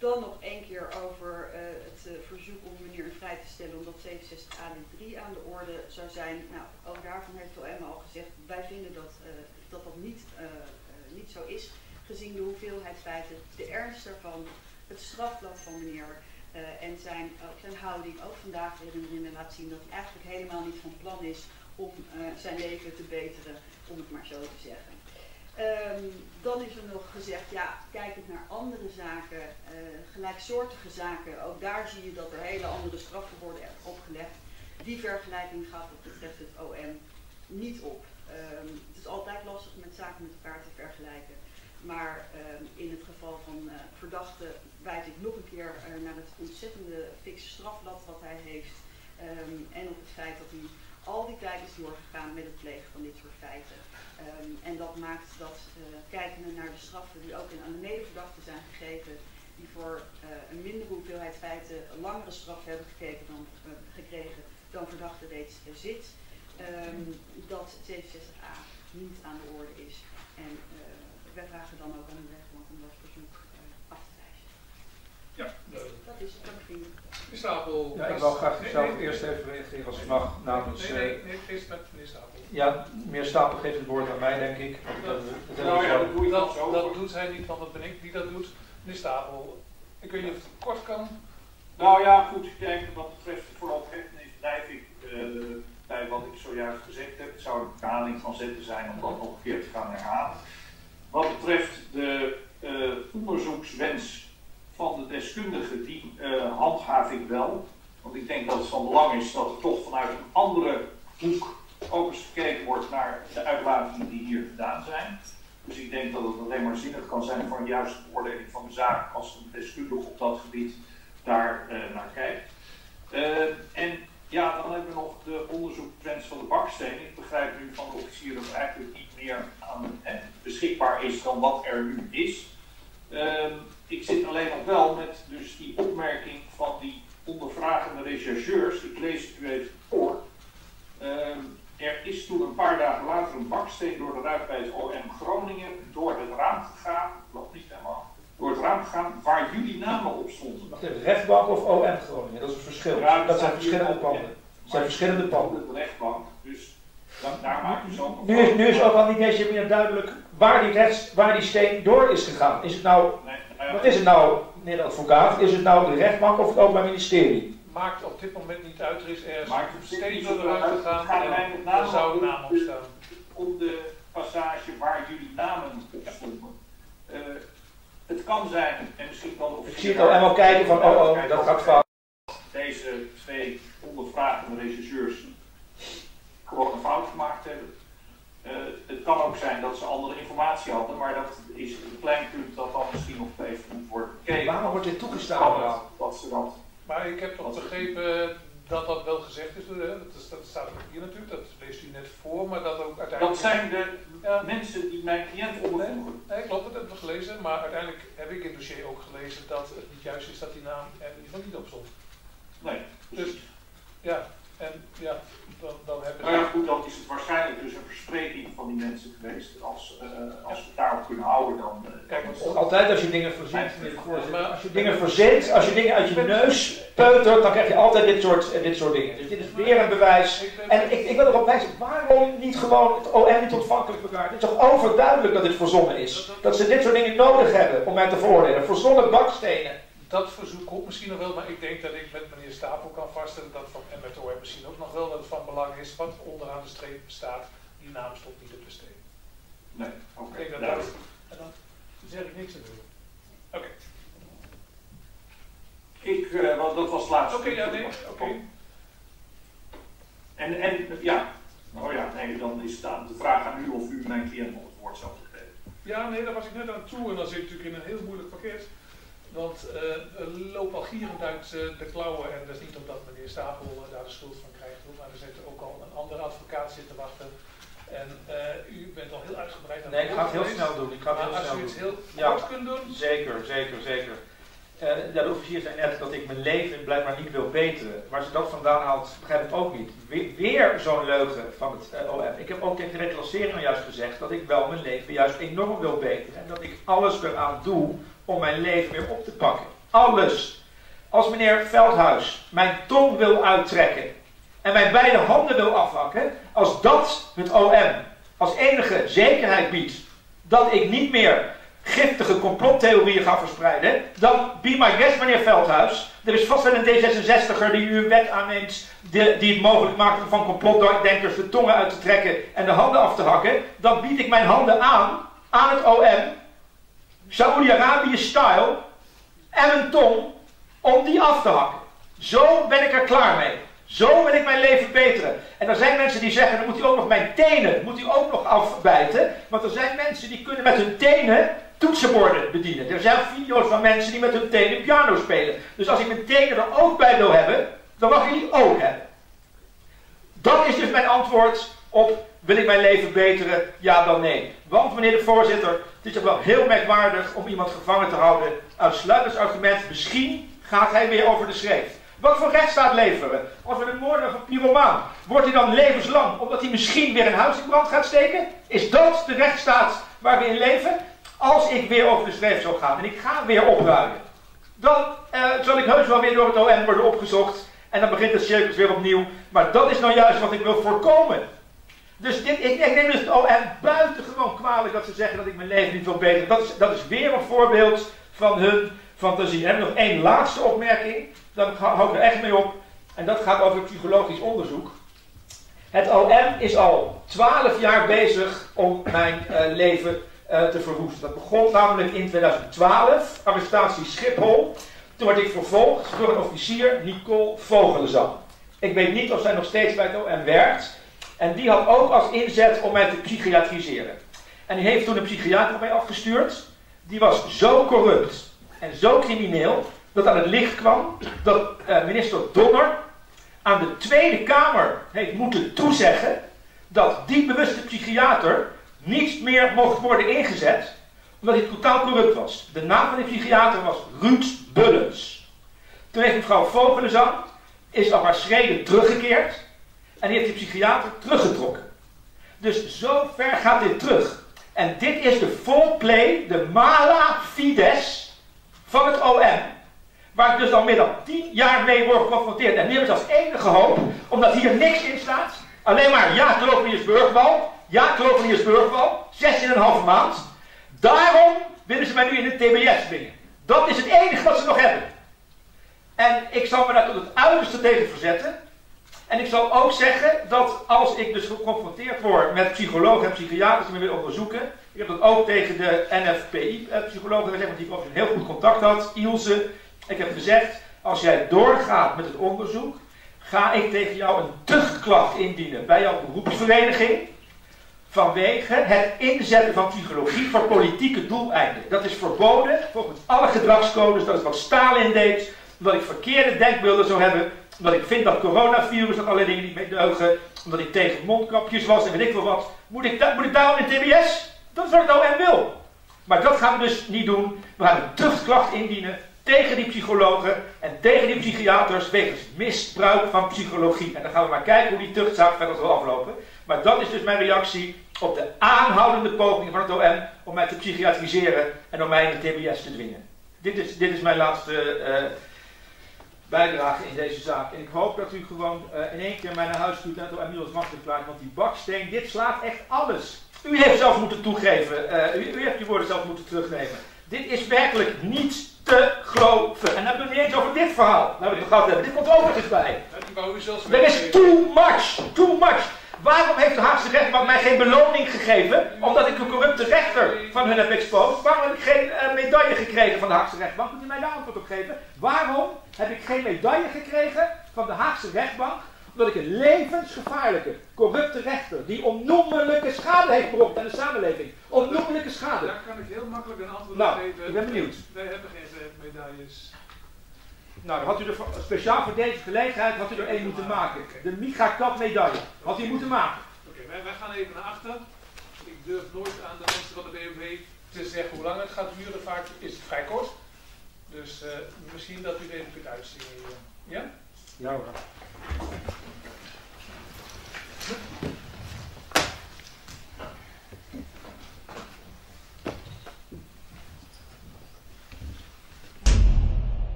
Dan nog één keer over het verzoek om meneer in vrij te stellen omdat 67a lid 3 aan de orde zou zijn. Nou, ook daarvan heeft OM al gezegd, wij vinden dat niet zo is, gezien de hoeveelheid feiten, de ernst daarvan, het strafblad van meneer en zijn houding ook vandaag weer laat zien dat hij eigenlijk helemaal niet van plan is om zijn leven te beteren, om het maar zo te zeggen. Dan is er nog gezegd, ja, kijkend naar andere zaken, gelijksoortige zaken, ook daar zie je dat er hele andere straffen worden opgelegd. Die vergelijking gaat wat betreft het OM niet op. Het is altijd lastig met zaken met elkaar te vergelijken, maar in het geval van verdachte wijs ik nog een keer naar het ontzettende fikse strafblad wat hij heeft en op het feit dat hij al die tijd is doorgegaan met het plegen van dit soort feiten. En dat maakt dat, kijkende naar de straffen die ook aan de medeverdachten zijn gegeven, die voor een mindere hoeveelheid feiten een langere straf hebben gekregen dan verdachte reeds zit, dat 67a niet aan de orde is. En wij vragen dan ook aan de rechtbank om dat verzoek af te wijzen. Ja, dat is het, dank u. Meneer Stapel. Ja, ik wil graag zelf eerst even reageren als ik mag namens... Nee, eerst met meneer Stapel. Ja, meneer Stapel geeft het woord aan mij, denk ik. Dat doet hij niet, want dat ben ik die dat doet. Meneer Stapel, ik weet niet of het kort kan. Nou ja, goed, ik denk wat betreft de voorlopigheid blijf ik bij wat ik zojuist gezegd heb. Het zou een verhaling van zetten zijn om dat nog een keer te gaan herhalen. Wat betreft de onderzoekswens van de deskundige, die handhaaf ik wel. Want ik denk dat het van belang is dat er toch vanuit een andere hoek ook eens gekeken wordt naar de uitlatingen die hier gedaan zijn. Dus ik denk dat het alleen maar zinnig kan zijn voor een juiste beoordeling van de zaak als een deskundige op dat gebied daar naar kijkt. En ja, dan hebben we nog de onderzoekswens van de baksteen. Ik begrijp nu van de officier dat er eigenlijk niet meer aan beschikbaar is dan wat er nu is. Ik zit alleen nog wel met dus die opmerking van die ondervragende rechercheurs. Ik lees het u even voor. Er is toen een paar dagen later een baksteen door de ruit bij het OM Groningen door het raam gegaan. Klopt niet helemaal. Door het raam gegaan waar jullie namen op stonden. Wacht even, rechtbank of OM Groningen? Dat is een verschil. Ja, dat zijn verschillende panden. Dat zijn verschillende panden. De rechtbank, dus daar maak je zo. Nu is ook al niet eens meer duidelijk waar die steen door is gegaan. Is het nou, wat is het nou, meneer de advocaat? Is het nou de rechtbank of het Openbaar Ministerie? Maakt op dit moment niet uit, er is ergens een steen door de ruimte gegaan en daar zou een naam op staan. Op de passage waar jullie namen op stonden. Het kan zijn, en misschien kan de ik zie het al helemaal kijken van, dat gaat fout. Deze twee ondervragende regisseurs gewoon een fout gemaakt hebben. Het kan ook zijn dat ze andere informatie hadden, maar dat is een klein punt dat dan misschien nog even moet worden bekeken. Waarom wordt dit toegestaan? Dat ze dat. Maar ik heb toch begrepen dat dat wel gezegd is, dat staat ook hier natuurlijk, dat leest u net voor, maar dat ook uiteindelijk... Dat zijn de mensen die mijn cliënt ondervoegen. Nee, klopt, dat hebben we gelezen, maar uiteindelijk heb ik in het dossier ook gelezen dat het niet juist is dat die naam er in ieder geval niet op stond. Nee. Dus, ja, en ja, dan hebben we... Maar ja, goed, dan is het waarschijnlijk dus een verspreking van die mensen geweest. Als we het daarop kunnen houden, dan... Kijk, altijd als je dingen verzint, als je dingen verzint, als je dingen uit je neus peutert, dan krijg je altijd dit soort dingen. Dus dit is weer een bewijs. En ik wil erop wijzen, waarom niet gewoon het OM niet ontvankelijk verklaart? Het is toch overduidelijk dat dit verzonnen is? Dat ze dit soort dingen nodig hebben om mij te veroordelen. Verzonnen bakstenen. Dat verzoek komt misschien nog wel, maar ik denk dat ik met meneer Stapel kan vaststellen dat van, en met de OM misschien ook nog wel, dat het van belang is wat onderaan de streep bestaat. Die naam stond niet op de steen. Nee, oké. Ik denk dat en dan zeg ik niks aan doen. Oké. Want dat was het laatste. Oké, ja, nee, oké. En ja, nou ja, nee, dan is het aan de vraag aan u of u mijn cliënt nog het woord zou geven. Ja, nee, daar was ik net aan toe en dan zit ik natuurlijk in een heel moeilijk pakket. Want we lopen al gierend uit de klauwen en dat is niet omdat meneer Stapel daar de schuld van krijgt, maar er zit ook al een andere advocaat zitten wachten. En u bent al heel uitgebreid aan het Nee, ik ga het heel snel doen. Als u het heel kort kunt doen. Zeker. De officier zei net dat ik mijn leven blijkbaar niet wil beteren. Waar ze dat vandaan haalt, begrijp ik ook niet. Weer zo'n leugen van het OM. Ik heb ook tegen de reclassering juist gezegd dat ik wel mijn leven juist enorm wil beteren. En dat ik alles eraan doe om mijn leven weer op te pakken. Alles. Als meneer Veldhuis mijn tong wil uittrekken en mijn beide handen wil afhakken, als dat het OM als enige zekerheid biedt dat ik niet meer giftige complottheorieën ga verspreiden, dan be my guest, meneer Veldhuis. Er is vast wel een D66er die u een wet aanneemt die het mogelijk maakt om van complotdenkers de tongen uit te trekken en de handen af te hakken. Dan bied ik mijn handen aan het OM, Saoedi-Arabië style, en mijn tong om die af te hakken. Zo ben ik er klaar mee. Zo wil ik mijn leven beteren. En er zijn mensen die zeggen, dan moet u ook nog mijn tenen, moet u ook nog afbijten. Want er zijn mensen die kunnen met hun tenen toetsenborden bedienen. Er zijn video's van mensen die met hun tenen piano spelen. Dus als ik mijn tenen er ook bij wil hebben, dan mag ik die ook hebben. Dat is dus mijn antwoord op, wil ik mijn leven beteren, ja dan nee. Want meneer de voorzitter, het is toch wel heel merkwaardig om iemand gevangen te houden. Uitsluitingsargument, misschien gaat hij weer over de schreef. Wat voor rechtsstaat leven we? Als we de moorden van pyromaan, wordt hij dan levenslang omdat hij misschien weer een huis in brand gaat steken? Is dat de rechtsstaat waar we in leven? Als ik weer over de schreef zou gaan en ik ga weer opruimen, dan zal ik heus wel weer door het OM worden opgezocht en dan begint het circus weer opnieuw. Maar dat is nou juist wat ik wil voorkomen. Dus ik neem dus het OM buitengewoon kwalijk dat ze zeggen dat ik mijn leven niet wil beteren. Dat is weer een voorbeeld van hun fantasie. En dan nog één laatste opmerking. Daar hou ik er echt mee op. En dat gaat over psychologisch onderzoek. Het OM is al 12 jaar bezig om mijn leven te verwoesten. Dat begon namelijk in 2012, arrestatie Schiphol. Toen werd ik vervolgd door een officier, Nicole Vogelenzang. Ik weet niet of zij nog steeds bij het OM werkt. En die had ook als inzet om mij te psychiatriseren. En die heeft toen een psychiater op mij afgestuurd. Die was zo corrupt en zo crimineel dat aan het licht kwam dat minister Donner aan de Tweede Kamer heeft moeten toezeggen dat die bewuste psychiater niet meer mocht worden ingezet omdat hij totaal corrupt was. De naam van die psychiater was Ruud Bullens. Toen heeft mevrouw Vogelenzang is op haar schreden teruggekeerd en die heeft die psychiater teruggetrokken. Dus zo ver gaat dit terug. En dit is de full play, de mala fides van het OM. Waar ik dus al meer dan 10 jaar mee word geconfronteerd. En nu hebben ze als enige hoop, omdat hier niks in staat. Alleen maar ja, Klopenius-Burgwal. Ja, Klopenius-Burgwal. 16,5 maand. Daarom willen ze mij nu in de TBS dwingen. Dat is het enige wat ze nog hebben. En ik zal me daar tot het uiterste tegen verzetten. En ik zal ook zeggen dat als ik dus geconfronteerd word met psychologen en psychiaters die me willen onderzoeken. Ik heb dat ook tegen de NFPI-psychologen gezegd, want die ik ook een heel goed contact had. Ilse. Ik heb gezegd, als jij doorgaat met het onderzoek, ga ik tegen jou een tuchtklacht indienen bij jouw beroepsvereniging vanwege het inzetten van psychologie voor politieke doeleinden. Dat is verboden volgens alle gedragscodes, dat is wat Stalin deed, omdat ik verkeerde denkbeelden zou hebben, omdat ik vind dat coronavirus, dat allerlei dingen niet mee deugen, omdat ik tegen mondkapjes was en weet ik veel wat. Moet ik daarom in TBS? Dat is wat ik nou en wil. Maar dat gaan we dus niet doen. We gaan een tuchtklacht indienen tegen die psychologen en tegen die psychiaters wegens misbruik van psychologie. En dan gaan we maar kijken hoe die tuchtzaak verder zal aflopen. Maar dat is dus mijn reactie op de aanhoudende pogingen van het OM om mij te psychiatriseren en om mij in de TBS te dwingen. Dit is mijn laatste bijdrage in deze zaak. En ik hoop dat u gewoon in één keer mij naar huis stuurt en het OM niet als machtig plaatst, want die baksteen, dit slaat echt alles. U heeft zelf moeten toegeven, u heeft die woorden zelf moeten terugnemen. Dit is werkelijk niet te geloven. En dan hebben we niet eens over dit verhaal. Nou, we het gehad hebben. Dit komt ook nog eens bij. Er is too much. Too much. Waarom heeft de Haagse rechtbank mij geen beloning gegeven? Omdat ik een corrupte rechter van hun heb exposed. Waarom heb ik geen medaille gekregen van de Haagse rechtbank? Kunt u mij daar antwoord op geven? Waarom heb ik geen medaille gekregen van de Haagse rechtbank? Omdat ik een levensgevaarlijke, corrupte rechter die onnoemelijke schade heeft berokkend aan de samenleving. Onnoemelijke schade. Daar kan ik heel makkelijk een antwoord op geven. Ik ben benieuwd. Wij hebben geen medailles. Nou, dan had u er speciaal voor deze gelegenheid had u er één moeten maken. De Micha Kap medaille. Had u moeten maken. Oké, wij gaan even naar achter. Ik durf nooit aan de mensen van de BOV te zeggen hoe lang het gaat duren. Vaak is het vrij kort. Dus misschien dat u het even kunt uitzingen hier. Ja? Ja hoor.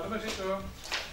maar zitten hoor.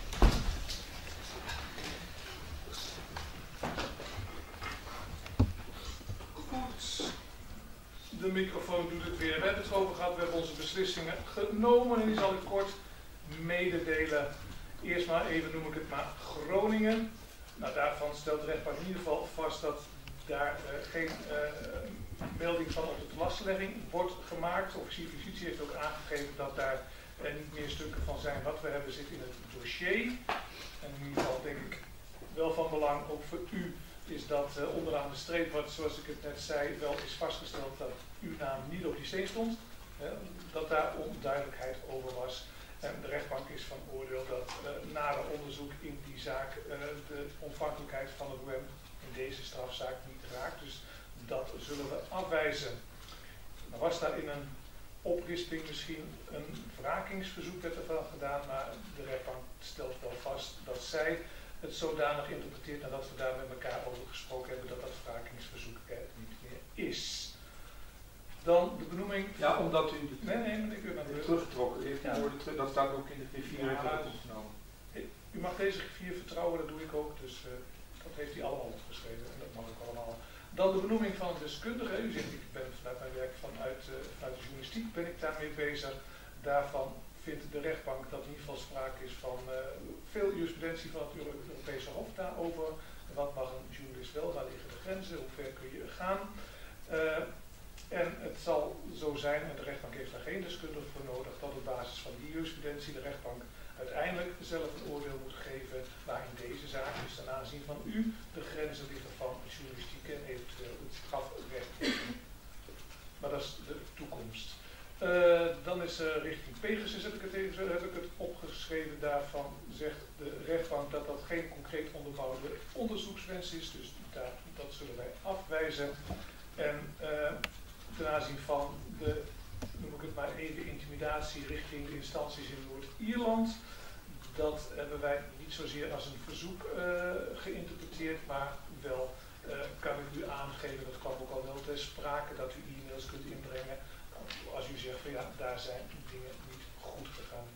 Goed. De microfoon doet het weer. We hebben het over gehad, we hebben onze beslissingen genomen en die zal ik kort mededelen. Eerst maar even, noem ik het maar, Groningen. Nou, daarvan stelt de rechtbank in ieder geval vast dat daar geen melding van op de telastlegging wordt gemaakt. De officier van Justitie heeft ook aangegeven dat daar niet meer stukken van zijn wat we hebben zitten in het dossier. En in ieder geval denk ik wel van belang, ook voor u, is dat onderaan de streep, wat zoals ik het net zei, wel is vastgesteld dat uw naam niet op die steen stond. Dat daar onduidelijkheid over was. En de rechtbank is van oordeel dat nader onderzoek in die zaak de ontvankelijkheid van het OM in deze strafzaak niet raakt. Dus dat zullen we afwijzen. Er was daar in een oprisping misschien een wrakingsverzoek werd ervan gedaan, maar de rechtbank stelt wel vast dat zij het zodanig interpreteert nadat we daar met elkaar over gesproken hebben dat dat wrakingsverzoek er niet meer is. Dan de benoeming. Ja, omdat u de teruggetrokken heeft. Ja. Dat staat ook in de P4 opgenomen. U mag deze griffier vertrouwen, dat doe ik ook. Dus dat heeft hij allemaal opgeschreven en dat mag ik allemaal. Dan de benoeming van deskundige. U zegt, ik ben vanuit mijn werk vanuit de journalistiek ben ik daarmee bezig. Daarvan vindt de rechtbank dat in ieder geval sprake is van veel jurisprudentie van het Europese Hof daarover. Wat mag een journalist wel, waar liggen de grenzen, hoe ver kun je gaan. En het zal zo zijn, en de rechtbank heeft daar geen deskundige voor nodig, dat op basis van die jurisprudentie de rechtbank uiteindelijk zelf een oordeel moet geven waar in deze zaak, dus ten aanzien van u, de grenzen liggen van journalistiek en eventueel het strafrecht. Maar dat is de toekomst. Dan is richting Pegasus, heb ik het opgeschreven, daarvan zegt de rechtbank dat dat geen concreet onderbouwde onderzoekswens is, dus dat zullen wij afwijzen. En ten aanzien van de, noem ik het maar even, intimidatie richting de instanties in Noord-Ierland, dat hebben wij niet zozeer als een verzoek geïnterpreteerd, maar wel kan ik u aangeven, dat kwam ook al wel ter sprake, dat u e-mails kunt inbrengen als u zegt van ja, daar zijn dingen niet goed gegaan.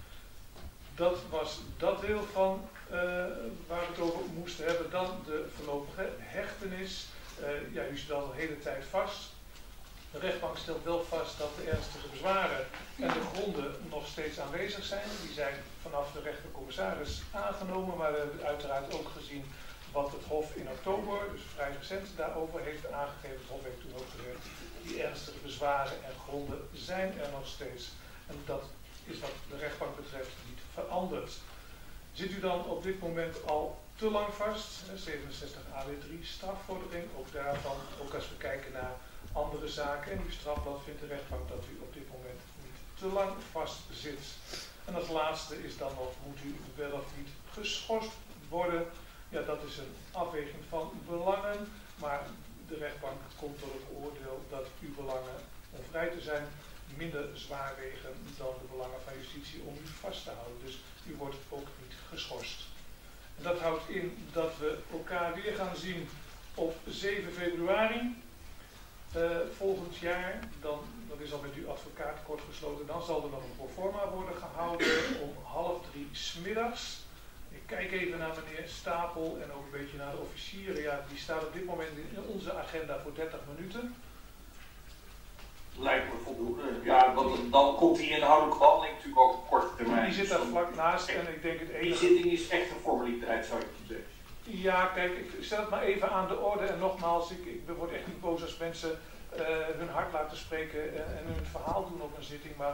Dat was dat deel van waar we het over moesten hebben. Dan de voorlopige hechtenis. Ja, u zit al de hele tijd vast. De rechtbank stelt wel vast dat de ernstige bezwaren en de gronden nog steeds aanwezig zijn. Die zijn vanaf de rechtercommissaris aangenomen, maar we hebben uiteraard ook gezien wat het Hof in oktober, dus vrij recent, daarover heeft aangegeven. Het Hof heeft toen ook gezegd, die ernstige bezwaren en gronden zijn er nog steeds. En dat is wat de rechtbank betreft niet veranderd. Zit u dan op dit moment al te lang vast? 67 AW3 strafvordering, ook daarvan, ook als we kijken naar andere zaken en uw strafblad vindt de rechtbank dat u op dit moment niet te lang vast zit. En als laatste is dan nog, moet u wel of niet geschorst worden? Ja, dat is een afweging van belangen, maar de rechtbank komt tot het oordeel dat uw belangen om vrij te zijn minder zwaar wegen dan de belangen van justitie om u vast te houden. Dus u wordt ook niet geschorst. En dat houdt in dat we elkaar weer gaan zien op 7 februari. Volgend jaar, dat is al met uw advocaat kort gesloten, dan zal er nog een proforma worden gehouden om 2:30 'smiddags. Ik kijk even naar meneer Stapel en ook een beetje naar de officieren. Ja, die staat op dit moment in onze agenda voor 30 minuten. Lijkt me voldoende. Ja, dan komt die inhoudelijke behandeling natuurlijk ook op korte termijn. Die zit daar vlak naast en ik denk het enige... Die zitting is echt een formaliteit, zou ik zeggen. Ja, kijk, ik stel het maar even aan de orde en nogmaals, ik word echt niet boos als mensen hun hart laten spreken en hun verhaal doen op een zitting, maar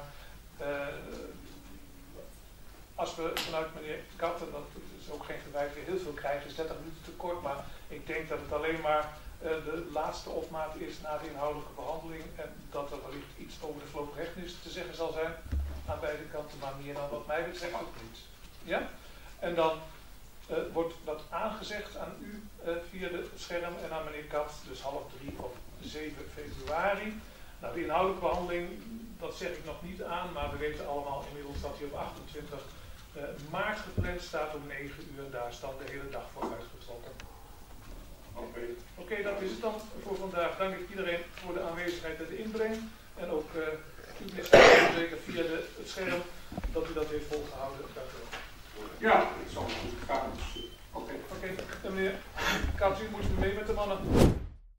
als we vanuit meneer Katten, dat is ook geen verwijt, heel veel krijgen, is 30 minuten te kort, maar ik denk dat het alleen maar de laatste opmaat is na de inhoudelijke behandeling en dat er wellicht iets over de voorlopige hechtenis te zeggen zal zijn aan beide kanten, maar meer dan wat mij betreft ook niet. Ja? En dan wordt dat aangezegd aan u via het scherm en aan meneer Kat, dus 2:30 op 7 februari. Nou, de inhoudelijke behandeling, dat zeg ik nog niet aan, maar we weten allemaal inmiddels dat hij op 28 maart gepland staat om 9 uur en daar is dan de hele dag voor uitgetrokken. Oké, dat is het dan voor vandaag. Dank ik iedereen voor de aanwezigheid en de inbreng. En ook u, minister, zeker via het scherm. dat u dat heeft volgehouden. Dank u wel. Ja, dat is allemaal goed gegaan. Oké. Oké, meneer Kaats, u moet mee met de mannen.